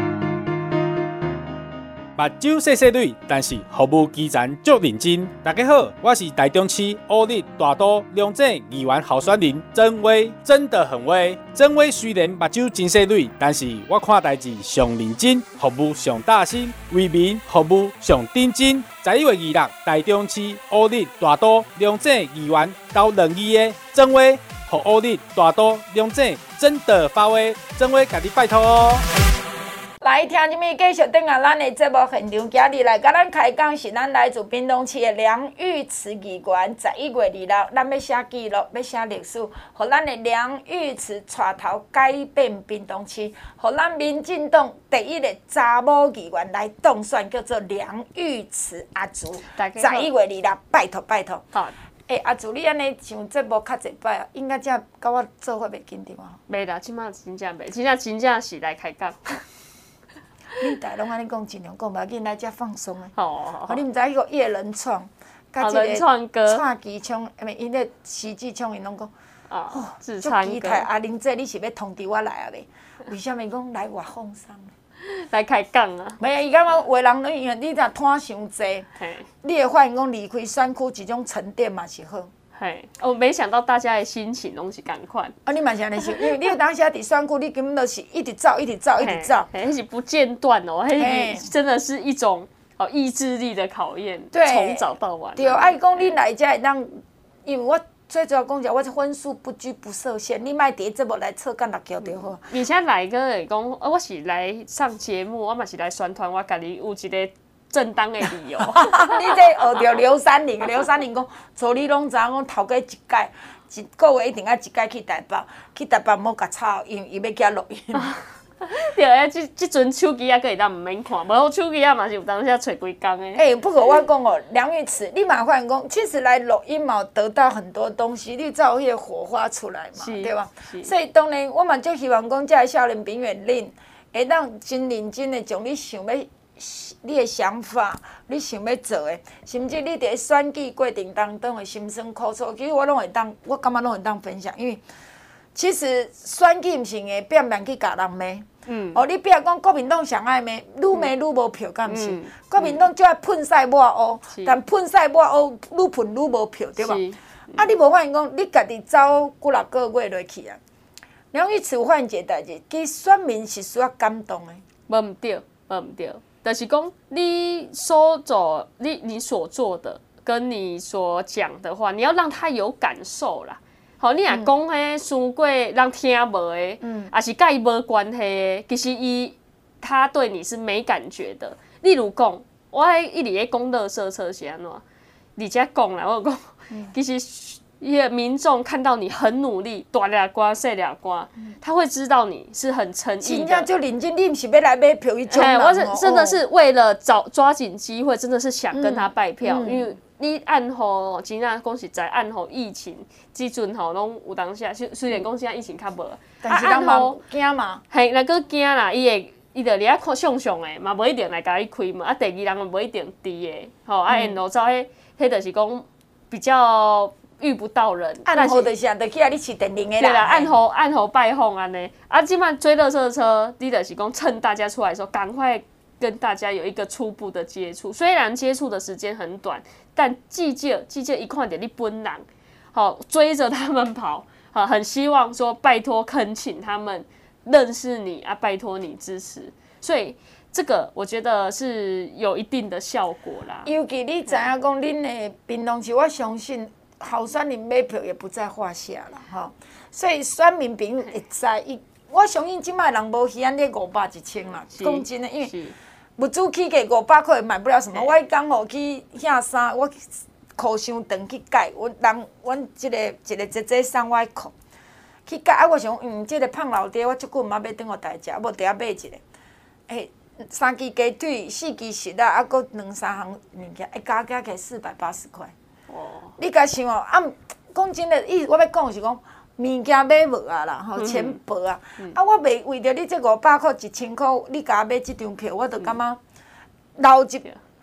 目睭细细蕊，但是服务基层足认真。大家好，我是台中市乌日大都龙井议员候选人曾威，真的很威。曾威虽然目睭真细蕊，但是我看代志上认真，服务上大心，为民服务上认真。十一月二六，台中市乌日大都龙井议员到两议的曾威，和乌日大都龙井真的发威，曾威，家己拜托哦。 来听什么？继续等下咱的节目现场，今日来甲咱开讲是咱来自屏东市的梁玉慈议员。十一月二六，咱要写记录，要写历史，互咱的梁玉慈带头改变屏东市，互咱民进党第一个查某议员来当选，叫做梁玉慈阿竹。十一月二六，拜托拜托。好。诶、欸，阿竹，你安尼上节目较侪摆啊，应该才甲我做伙袂紧张啊？ 袂啦，即摆真正袂，真正真正是来开讲。 恁大拢安尼讲，尽量讲，袂要紧，来遮放松诶。 好好好。 你毋知迄个叶人创， 甲即个蔡其昌，下面因个徐志昌因拢讲， 哦，自唱歌。 阿玲姐，你是要通知我来啊未？为虾米讲来外放松？ 来开讲啊！ 袂啊，伊感觉有的人因为你若摊伤济，你会发现讲离开选区一种沉淀嘛是好。 嘿，我没想到大家的心情拢是共款。 啊，你嘛是安尼想，因为你当时伫选区，你根本就是一直走，一直走，一直走， 迄是不间断哦，迄是真的是一种哦意志力的考验，从早到晚。 对，啊，伊讲你来遮会当，因为我最主要讲者，我分数不拘不设限，你莫伫节目来测干六条就好。 而且来个会讲，我是来上节目，我嘛是来宣传我家己有一个正当的理由。 你这学着刘三林，刘三林讲，所以你拢知影讲头家一届，一个月一定要一届去台北，去台北莫甲吵，因为伊要寄录音。 对啊，即即阵手机啊，佫会当毋免看，无手机啊嘛是有当时啊找规工的。 哎、欸，不过我讲哦，梁玉慈，你嘛发现讲，其实来录音嘛得到很多东西，你才有迄个火花出来嘛，对吧？所以当然，我嘛就希望讲，这个少年朋友恁会当真认真的将你想要。你的想法，你想要做的，甚至你伫选举过程当中的辛酸苦楚，其实我拢会当，我感觉拢会当分享，因为其实选举毋是会表面去甲人骂，嗯，哦，你比如讲国民党上爱骂，愈骂愈无票，敢毋是？嗯、国民党就爱喷晒抹黑，但喷晒抹黑愈喷愈无票，对吧？啊，你无发现讲，你家己走几六个月落去啊？梁玉慈有发现一个代志，其实选民是需要感动的。 无毋对，无毋对。就是讲，你所做、你你所做的，跟你所讲的话，你要让他有感受啦。好，你若讲迄伤过人听无的，嗯，也是甲伊无关系的，其实伊他对你是没感觉的。例如讲，我迄一直咧讲垃圾车是安怎，而且讲啦，我讲，其实。伊个民众看到你很努力，大俩瓜细俩瓜，他会知道你是很诚意的。 真正就认真，你毋是要来买票一种人哦。 我是真的是为了找抓紧机会，真的是想跟他拜票，嗯嗯、因为你按吼，真正讲实在，按吼疫情，即阵吼拢有当下，虽虽然讲现在疫情较无， 但是人嘛惊嘛。 嘿，若个惊啦，伊会伊就伫遐看向上诶，嘛无一定来甲伊开门，啊，第二人嘛无一定伫诶，吼，啊，因路走迄，迄就是讲比较。遇不到人， 暗号就是啊，就去啊，你试电铃的啦。 对啦，暗号暗号拜访安尼。啊，即摆追垃圾车，你就是讲趁大家出来的时候，赶快跟大家有一个初步的接触。虽然接触的时间很短，但记者记者一看到你奔人，好追着他们跑，好很希望说拜托恳请他们认识你啊，拜托你支持。所以这个我觉得是有一定的效果啦。 尤其你知影讲，恁的屏东市，我相信。候选人买票也不在话下啦，吼，所以选民朋友会知伊，我相信即摆人无稀罕咧五百一千啦。讲真诶，因为物资起价五百块也买不了什么。我迄讲吼去遐衫，我裤伤长去改，阮人阮即个一个姐姐送我裤去改，啊，我想嗯，即个胖老爹我即久毋捌要转互大家，无伫遐买一个，诶，三支鸡腿，四支食啊，啊，搁两三项物件，一加加起来四百八十块。你家想哦，啊，讲真诶，意思我要讲是讲，物件买无啊啦，吼，钱薄啊，嗯、啊，我袂为着你这五百块、一千块，你甲我买即张票，我就感觉留一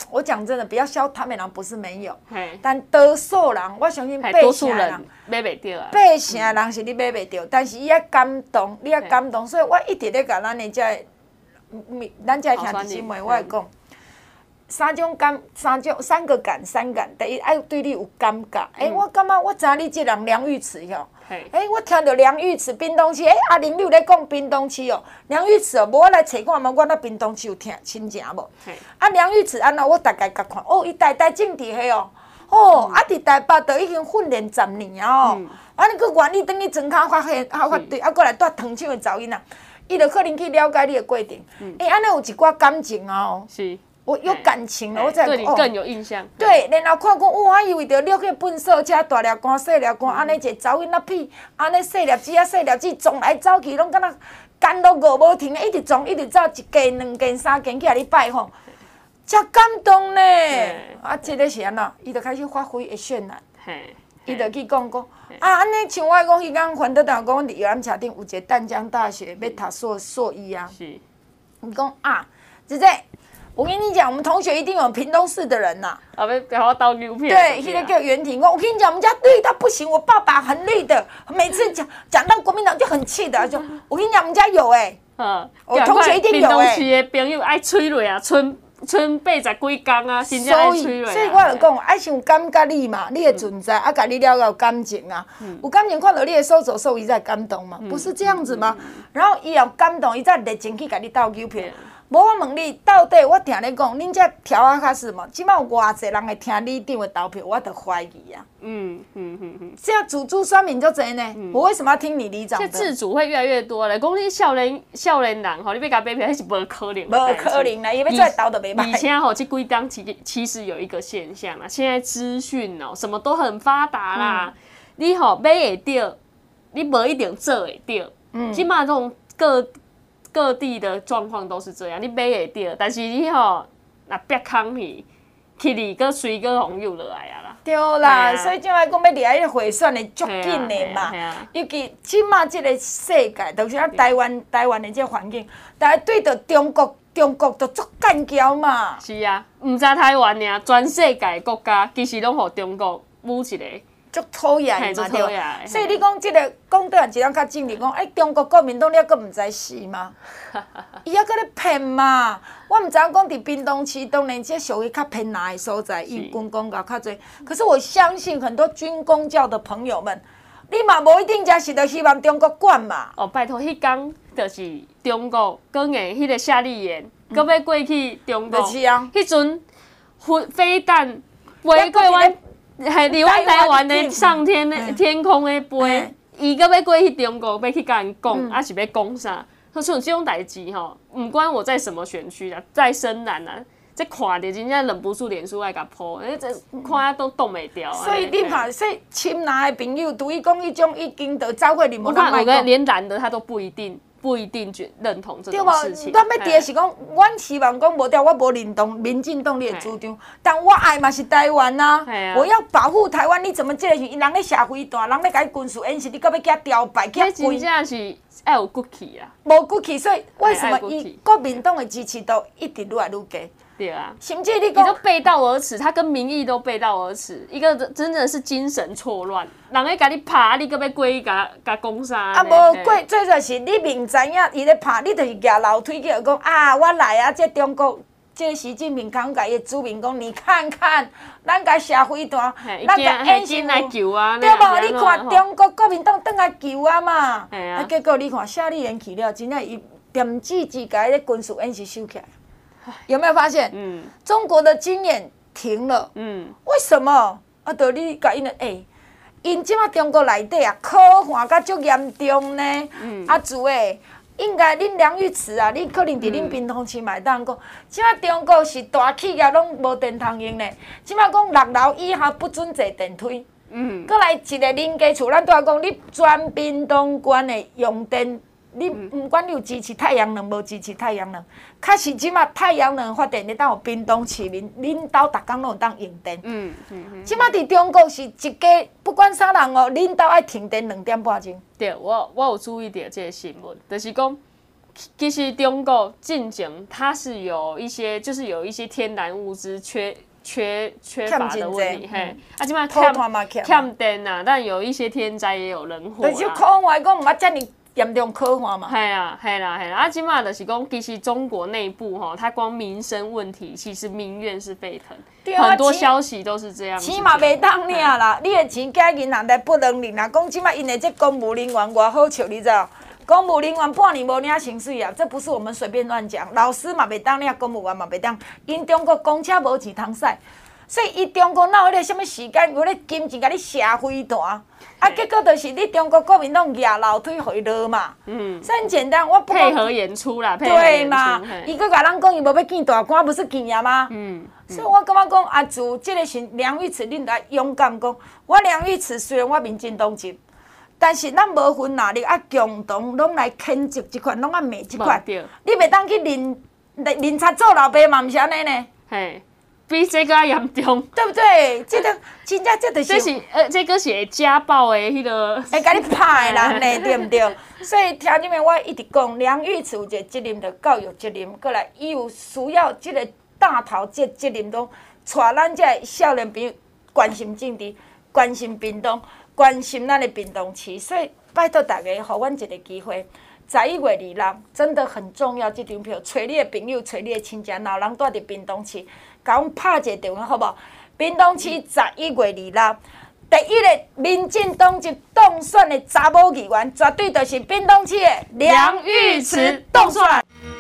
我讲真的，不要笑他们人不是没有， 嘿， 但多数人，我相信八嘿多数成人人。买袂着啊。 八成人是你买袂着，但是伊要感动，你要感动，所以我一直咧甲咱的遮的，咱遮的兄弟姊妹，我会讲。三种感，三种三个感，三感。第一，爱对你有感觉。诶、欸，我感觉我知你即人梁玉慈吼。诶、欸，我听到梁玉慈冰冻期，诶、欸，阿玲你有咧讲冰冻期哦。梁玉慈哦，无我来找看嘛，我那冰冻期有听亲情无？啊，梁玉慈安怎？我大概甲看，哦，伊台台政伫迄哦，哦，嗯、啊，伫台北都已经训练十年啊哦。嗯、啊，你佫愿意等于装脚发现发发对，啊，佫来带糖厂的噪音啊，伊就可能去了解你的过程。诶、嗯，安尼、欸、有一寡感情啊哦。是。我有感情了，我才对你更有印象。 对，然后看讲，哇，伊为着了去粪扫车大粒汗、细粒汗，安尼一个噪音啊屁，安尼细粒子啊细粒子撞来走去，拢敢若干都饿无停的，一直撞一直走，一件、两件、三件去互你拜访，真感动呢。啊，这个是安怎？伊就开始发挥会渲染，伊就去讲讲，啊，安尼像我讲，迄天环德长讲，伫游览车顶有一个淡江大学要读硕硕一啊。是。伊讲啊，姐姐。我跟你讲，我们同学一定有屏东市的人呐、 啊。啊，要给我倒牛片。 对，那个叫袁婷。我跟你讲，我们家绿到不行，我爸爸很绿的，每次讲讲到国民党就很气的，就我跟你讲，我们家有哎、欸，嗯，我同学一定有哎、欸。 屏东市的朋友爱催泪啊，春春八十几天啊，真正爱催泪啊。 所以我就讲，爱想感觉你嘛，你的存在，啊，甲你了有感情啊，有感情看到你的手走手，伊才感动嘛，不是这样子吗？然后伊也感动，伊才热情去甲你倒牛片。无我问你，到底我听你讲，恁遮条啊较是嘛？即摆有偌济人会听里长的投票，我就怀疑啊。嗯嗯嗯嗯。这样自主选民就侪呢，嗯、我为什么要听你里长的？ 这自主会越来越多了。讲你少年少年人吼，你要甲买票，迄是无可能。 无可能啦，伊要出来投就袂歹。 以前吼，这几当其其实有一个现象啦，现在资讯哦，什么都很发达啦。嗯、你吼买会到，你无一定做会到。嗯。即摆这种各。各地的状况都是这样，你买会到，但是你吼若逼空去，去你个随个红又落来啊啦。 对啦，所以即摆讲要离迄个回选的足紧的嘛，尤其即摆即个世界，就是咱台湾台湾的这个环境，大家对着中国，中国就足干交嘛。 是啊，毋知台湾尔，全世界国家其实拢互中国舞一个。 足讨厌嘛对，所以你讲即、這个讲倒来一人较正直讲，哎，中国国民党你还佫毋知是吗？伊还佫咧骗嘛？我毋知影讲伫屏东市，当然即属于较偏南的所在，因军公教较侪。可是我相信很多军公教的朋友们，你嘛无一定真是着希望中国管嘛。 哦，拜托，迄天就是中国讲的迄个夏立言，佫、嗯、要过去中国， 就是啊， 迄阵飞飞弹飞过阮。系离阮台湾的上天的天空的飞，伊搁要过去中国，要去甲人讲，还是要讲啥？所以这种代志吼，唔管我在什么选区啦，在深南啦，这看着真正忍不住脸书来甲破，哎，这看都冻袂掉。 所以你看，所以亲南的朋友，对伊讲迄种已经都走过你无敢讲。我看连蓝的他都不一定。不一定觉认同这种事情。 对无？咱要提的是讲，阮希望讲无掉，我无认同民进党你的主张，但我爱嘛是台湾呐、啊。我要保护台湾，你怎么这个是人咧社会大，人咧甲伊军事演习，你搁要甲雕牌、甲真正是要有骨气啊。 无骨气，所以为什么伊国民党的支持度一直愈来愈低？ 对啊， 甚至你讲， 你都背道而驰，他跟民意都背道而驰，一个真的是精神错乱。人咧甲你拍，你搁要过去甲甲讲啥？ 啊，无过，最主要是你明知影伊咧拍，你就是举楼梯去讲啊，我来啊！这中国，这习近平刚甲伊主民讲，你看看，咱甲社会大，咱甲演习来救啊， 对无？你看中国国民党倒来救啊嘛，啊，结果你看夏立言去了，真正伊点指之间咧军事演习收起来。有没有发现？嗯，中国的军演停了。嗯，为什么？啊，就你甲因个哎，因即马中国内底啊，可汗甲足严重呢。嗯，啊，主诶，应该恁梁玉慈啊，你可能伫恁屏东市买当讲，即马中国是大企业拢无电通用呢。即马讲六楼以下不准坐电梯。嗯，过来一个邻家厝，咱拄仔讲，你全屏东县的用电。你毋管你有支持太阳能，无支持太阳能，确实即马太阳能发电，你当有屏东市民，恁兜逐工拢有当用电。嗯嗯嗯。即马伫中国是一家不管啥人哦，恁兜爱停电两点半钟。 对，我我有注意到这个新闻，就是讲其实中国进前它是有一些，就是有一些天然物资缺缺缺乏的问题，嘿，啊，即摆欠欠电啊，但有一些天灾也有人祸啊。 就是可能来讲，毋捌遮尔严重可怕嘛。 系啊，系啦，系啦。啊，即摆就是讲，其实中国内部吼，它光民生问题，其实民怨是沸腾。很多消息都是这样。 钱嘛袂当领啦，你的钱寄银行内不能领啦。讲即摆因的这公务人员偌好笑，你知道？公务人员半年无领薪水啊，这不是我们随便乱讲。老师嘛袂当领，公务员嘛袂当，因中国公车无钱通驶，所以伊中国哪有迄个什么时间，有咧金钱甲你社会团，啊，结果就是你中国国民党压楼梯互伊落嘛。嗯，所以很简单，我不配合演出啦，配合对演嘛？伊搁甲咱讲伊无要见大官，不是见呀吗？嗯。所以我感觉讲啊，自即个是梁玉慈，恁来勇敢讲，我梁玉慈虽然我民进党籍。但是咱无分哪里啊，共同拢来谴责即款，拢啊骂即款。你袂当去认认察做老爸嘛，毋是安尼呢？ 嘿，比这个还严重， 对不对？这个真正这就是。 这是呃，这个是会家暴的迄个。 会甲你拍的人呢，对毋对？所以听你们我一直讲，梁玉慈有一个责任，就教育责任，过来伊有需要即个大头这责任，拢带咱这少年朋友关心政治，关心屏东。关心咱的屏东市，所以拜托大家，给阮一个机会，十一月二日真的很重要。这张票，找你的朋友，找你的亲戚，若有人住伫屏东市，甲阮拍一个电话，好无？屏东市十一月二日，第一个民进党籍当选的查某议员，绝对就是屏东市的梁玉慈当选。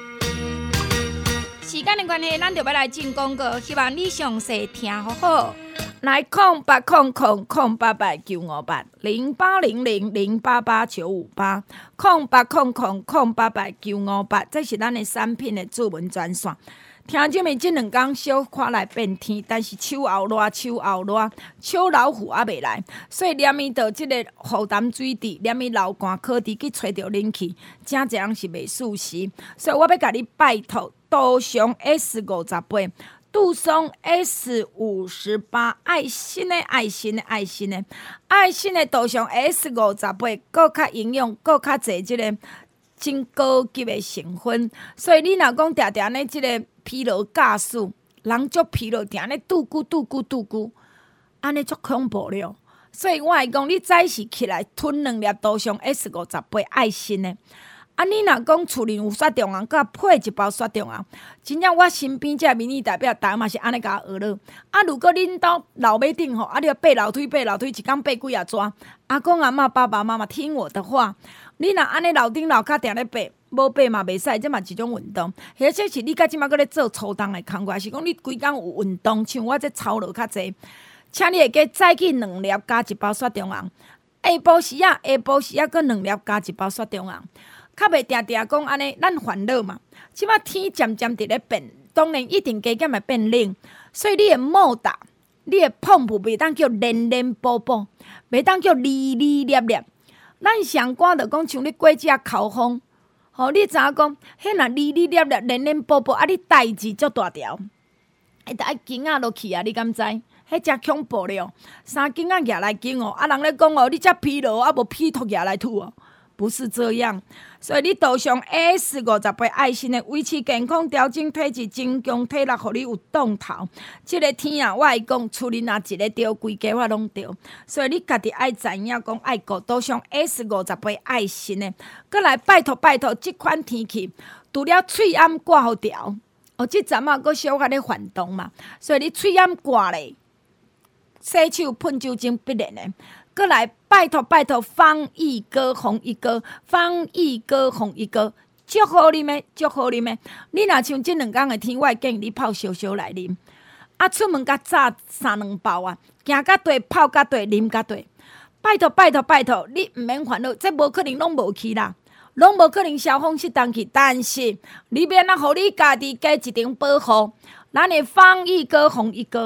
时间的关系，咱就要来进广告，希望你详细听好好。来空八空空空八八九五八零八零零零八八九五八空八空空空八八九五八，这是咱的产品的主文专线。听众们，这两天小看来变天，但是秋后热，秋后热，秋老虎还未来，所以连伊到这个湖淡水池，连伊流汗可伫去吹着冷气，真侪人是袂舒适。所以我要甲你拜托，杜尚 S 五十八。杜松 S 五十八，爱心的爱心的爱心的爱心的杜松 S 五十八，搁较营养，搁较侪即个真高级的成分。所以你若讲定定咧，即个疲劳驾驶，人足疲劳，定咧拄久拄久拄久，安尼足恐怖了。所以我会讲，你早时起来吞两粒杜松 S 五十八爱心的。啊！你若讲厝里有雪中红，佮配一包雪中红，真正我身边这民意代表，大家嘛是安尼甲我学了。啊，如果恁兜老马顶吼，啊，你要爬楼梯，爬楼梯，一工爬几啊逝？阿公阿嬷、爸爸妈妈听我的话，你若安尼楼顶楼骹定咧爬，无爬嘛袂使，这嘛一种运动。或者是你甲即马搁咧做粗重的工作，是讲你规工有运动，像我这操劳较济，请你会记早起两粒加一包雪中红，下晡时啊，下晡时啊，搁两粒加一包雪中红。较袂定定讲安尼，咱烦恼嘛。即摆天渐渐伫咧变，当然一定加减会变冷，所以你的毛打，你的碰布袂当叫连连波波，袂当叫哩哩粒粒。咱上官就讲像你过只口风，吼、哦，你知影讲，迄若哩哩粒粒、连连波波，啊，你代志足大条，会得爱紧仔落去啊！你敢知？迄真恐怖了，三紧仔举来紧哦，啊，人咧讲哦，你遮疲劳啊，无屁吐举来吐哦。不是这样，所以你涂上 S 五十八爱心的维持健康、调整体质、增强体力，互你有动头。这个天啊，我会讲，厝里若一个着，规家我拢着。所以你家己爱知影讲，爱顾涂上 S 五十八爱心的。搁来拜托拜托，即款天气，除了喙暗挂好调，哦，即阵啊，搁小可咧反动嘛，所以你喙暗挂咧，洗手喷酒精必然的。过来，拜托拜托，方一哥、洪一哥、方一哥、洪一哥，足好啉的，足好啉的。你若像即两天的天，我会建议你泡烧烧来啉。啊，出门甲炸三两包啊，行甲对，泡甲对，啉甲对。拜托拜托拜托，你毋免烦恼，这无可能拢无去啦，拢无可能消风失当去。但是你免啊，互你家己加一层保护。咱的方一哥、洪一哥，咱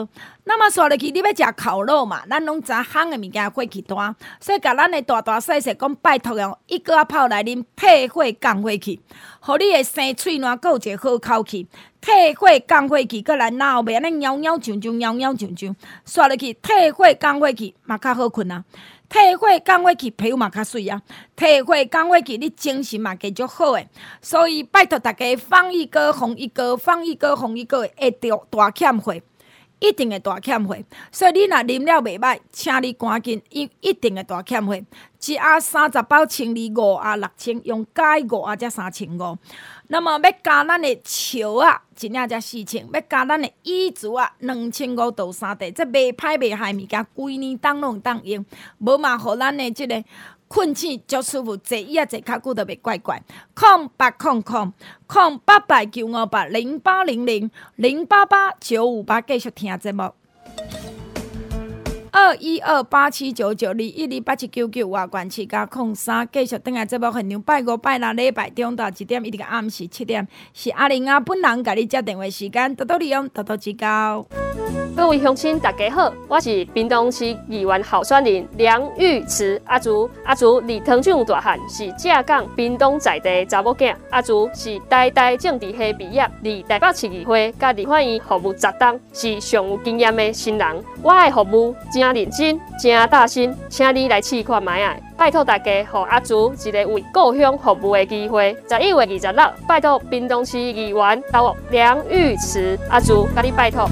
那么刷落去，你要食烤肉嘛？咱拢知烘的物件火气大，所以甲咱的大大细细讲拜托哦，一个仔泡来啉退火降火气，互你的生喙烂，阁有一个好口气。退火降火气，搁来哪后袂安尼袅袅上上袅袅上上，刷落去退火降火气嘛较好困啊。退火降火气皮肤嘛较水啊，退火降火气你精神嘛加足好诶。所以拜托大家放一个红一个，放一个红一个，会着大欠火。一定会大欠火，所以你若啉了袂歹，请你赶紧，一一定会大欠火。一盒三十包千二，五盒六千，用加五盒才三千五。那么要加咱的笑啊，一领才四千；要加咱的椅子啊，两千五到三地。这袂歹袂害物件，规年当拢当用，无嘛，互咱的即个。困醒足舒服，坐椅啊坐较久都袂怪怪。空八空空空八八九五八零八零零零八八九五八，继续听节目。二一二八七九九二一二八七九九外管七加空三，继续等下节目现场拜五拜六礼拜中到一点一直到暗时七点，是阿玲啊本人甲你接电话时间，多多利用，多多指教。 各位乡亲，大家好，我是屏东市议员候选人梁玉慈阿竹。阿竹离糖厂大汉，是正港屏东在地查某囝。阿竹是代代政治系毕业，离台北市议会甲立法院服务十档，是上有经验的新人。我的服务真认真，真大心，请你来试看卖啊！拜托大家，予阿竹一个为故乡服务的机会。十一月二十六，拜托屏东市议员投梁玉慈阿竹，甲你拜托。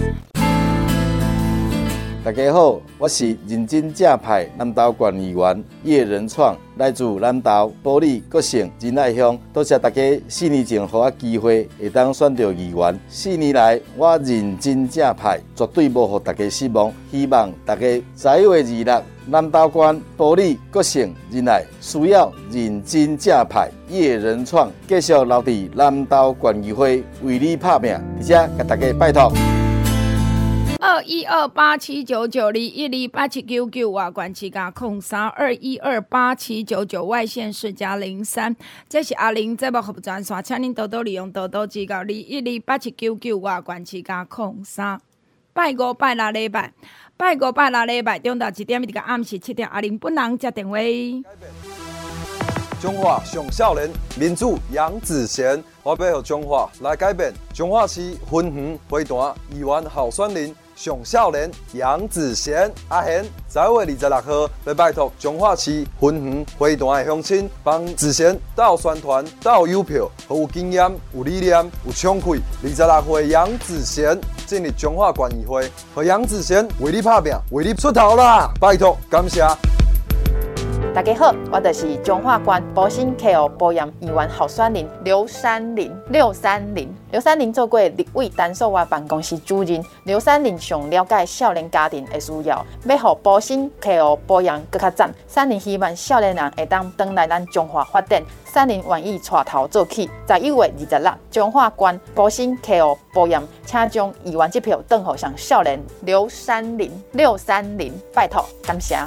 大家好，我是认真正派南投县议员叶仁创，来自南投埔里国姓仁爱乡。多谢大家四年前给我机会，会当选到议员。四年来，我认真正派，绝对无让大家失望。希望大家十一月二六，南投县埔里国姓仁爱需要认真正派叶仁创继续留伫南投县议会为你拍拼，而且甲大家拜托。 二一二八七九九二一二八七九九外管七加空三二一二八七九九外线是加零三，这是阿玲节目服务专线，请您多多利用，多多指教。二一二八七九九外管七加空三，拜五拜六礼拜，拜五拜六礼拜中到一点一直到暗时七点，阿玲本人接电话。 中华上少年民主杨子贤，我要让中华来改变。中华市分园花坛议员候选人上少年杨子贤阿贤，十一月二十六号要拜托中华市分园花坛的乡亲，帮子贤斗宣传、斗邮票，有经验、有理念、有冲气。二十六岁杨子贤进入中华县议会，和杨子贤为你拍拼，为你出头啦！拜托，感谢。 大家好，我就是中华县保新 K O 保养议员候选人刘三林。刘三林，刘三林做过立委单数外办公室主任。刘三林上了解少年家庭的需要，要让保新 K O 保养更较赞。三林希望少年人会当回来咱中华发展。三林愿意带头做起。十一月二十六，中华县保新 K O 保养，请将议员这票转互上少年刘三林。刘三林，拜托，感谢。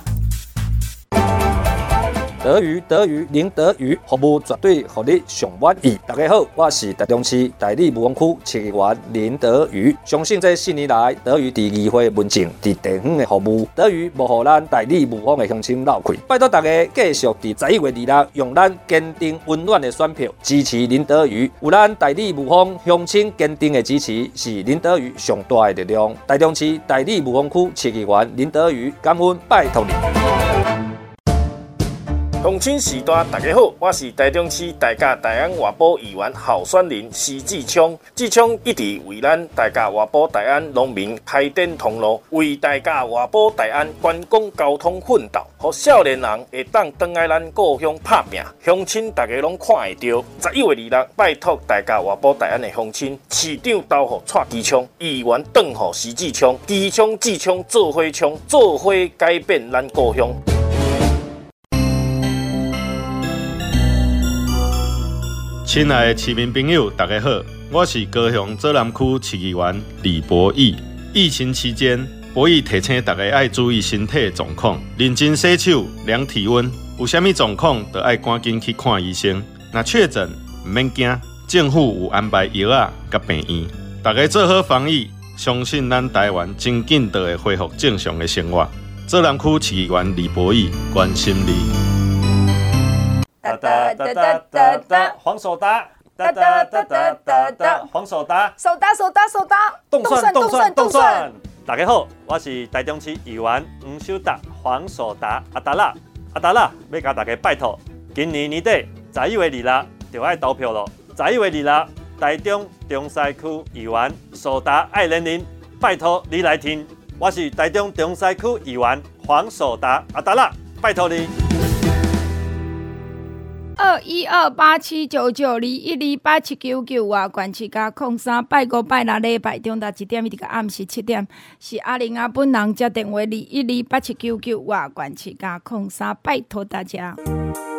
德语德语零德语服务绝对让你上满意。大家好，我是台中市大理武峰区市议员林德语。相信这四年来，德语伫议会文政、伫地方的服务，德语无互咱大理武峰的乡亲漏气。拜托大家继续伫十一月二六，用咱坚定温暖的选票支持林德语。有咱大理武峰乡亲坚定的支持，是林德语上大的力量。台中市大理武峰区市议员林德语，感恩拜托你。 乡亲时代，大家好，我是台中市大甲大安外埔议员候选人施志昌。志昌一直为咱大甲外埔大安农民开展通路，为大甲外埔大安观光交通奋斗，予少年人会当回来咱故乡拍拼。乡亲大家拢看会到，十一月二六，拜托大甲外埔大安的乡亲，市长投予蔡基昌，议员转予施志昌，基昌志昌做伙冲，做伙改变咱故乡。 亲爱的市民朋友，大家好，我是高雄左南区市议员李博义。疫情期间，博义提醒大家爱注意身体状况，认真洗手、量体温，有啥物状况就爱赶紧去看医生。若确诊，唔免惊，政府有安排药仔甲病院，大家做好防疫， 相信咱台湾真紧就会恢复正常的生活。浙南区市议员李博义关心你。 哒哒哒哒哒哒，黄手搭。哒哒哒哒哒哒，黄手搭。 手搭手搭手搭。 动算动算动算。大家好，我是台中市议员黄守达，黄守达阿达拉阿达拉，要甲大家拜托，今年年底十一月二日就爱投票咯。十一月二日，台中中西区议员守达爱人林，拜托你来听。我是台中中西区议员黄守达阿达拉，拜托你。 二一二八七九九二一二八七九九外县市加空三拜五拜六礼拜中昼一点一直到暗时七点，是阿玲啊本人接电话二一二八七九九外县市加空三，拜托大家。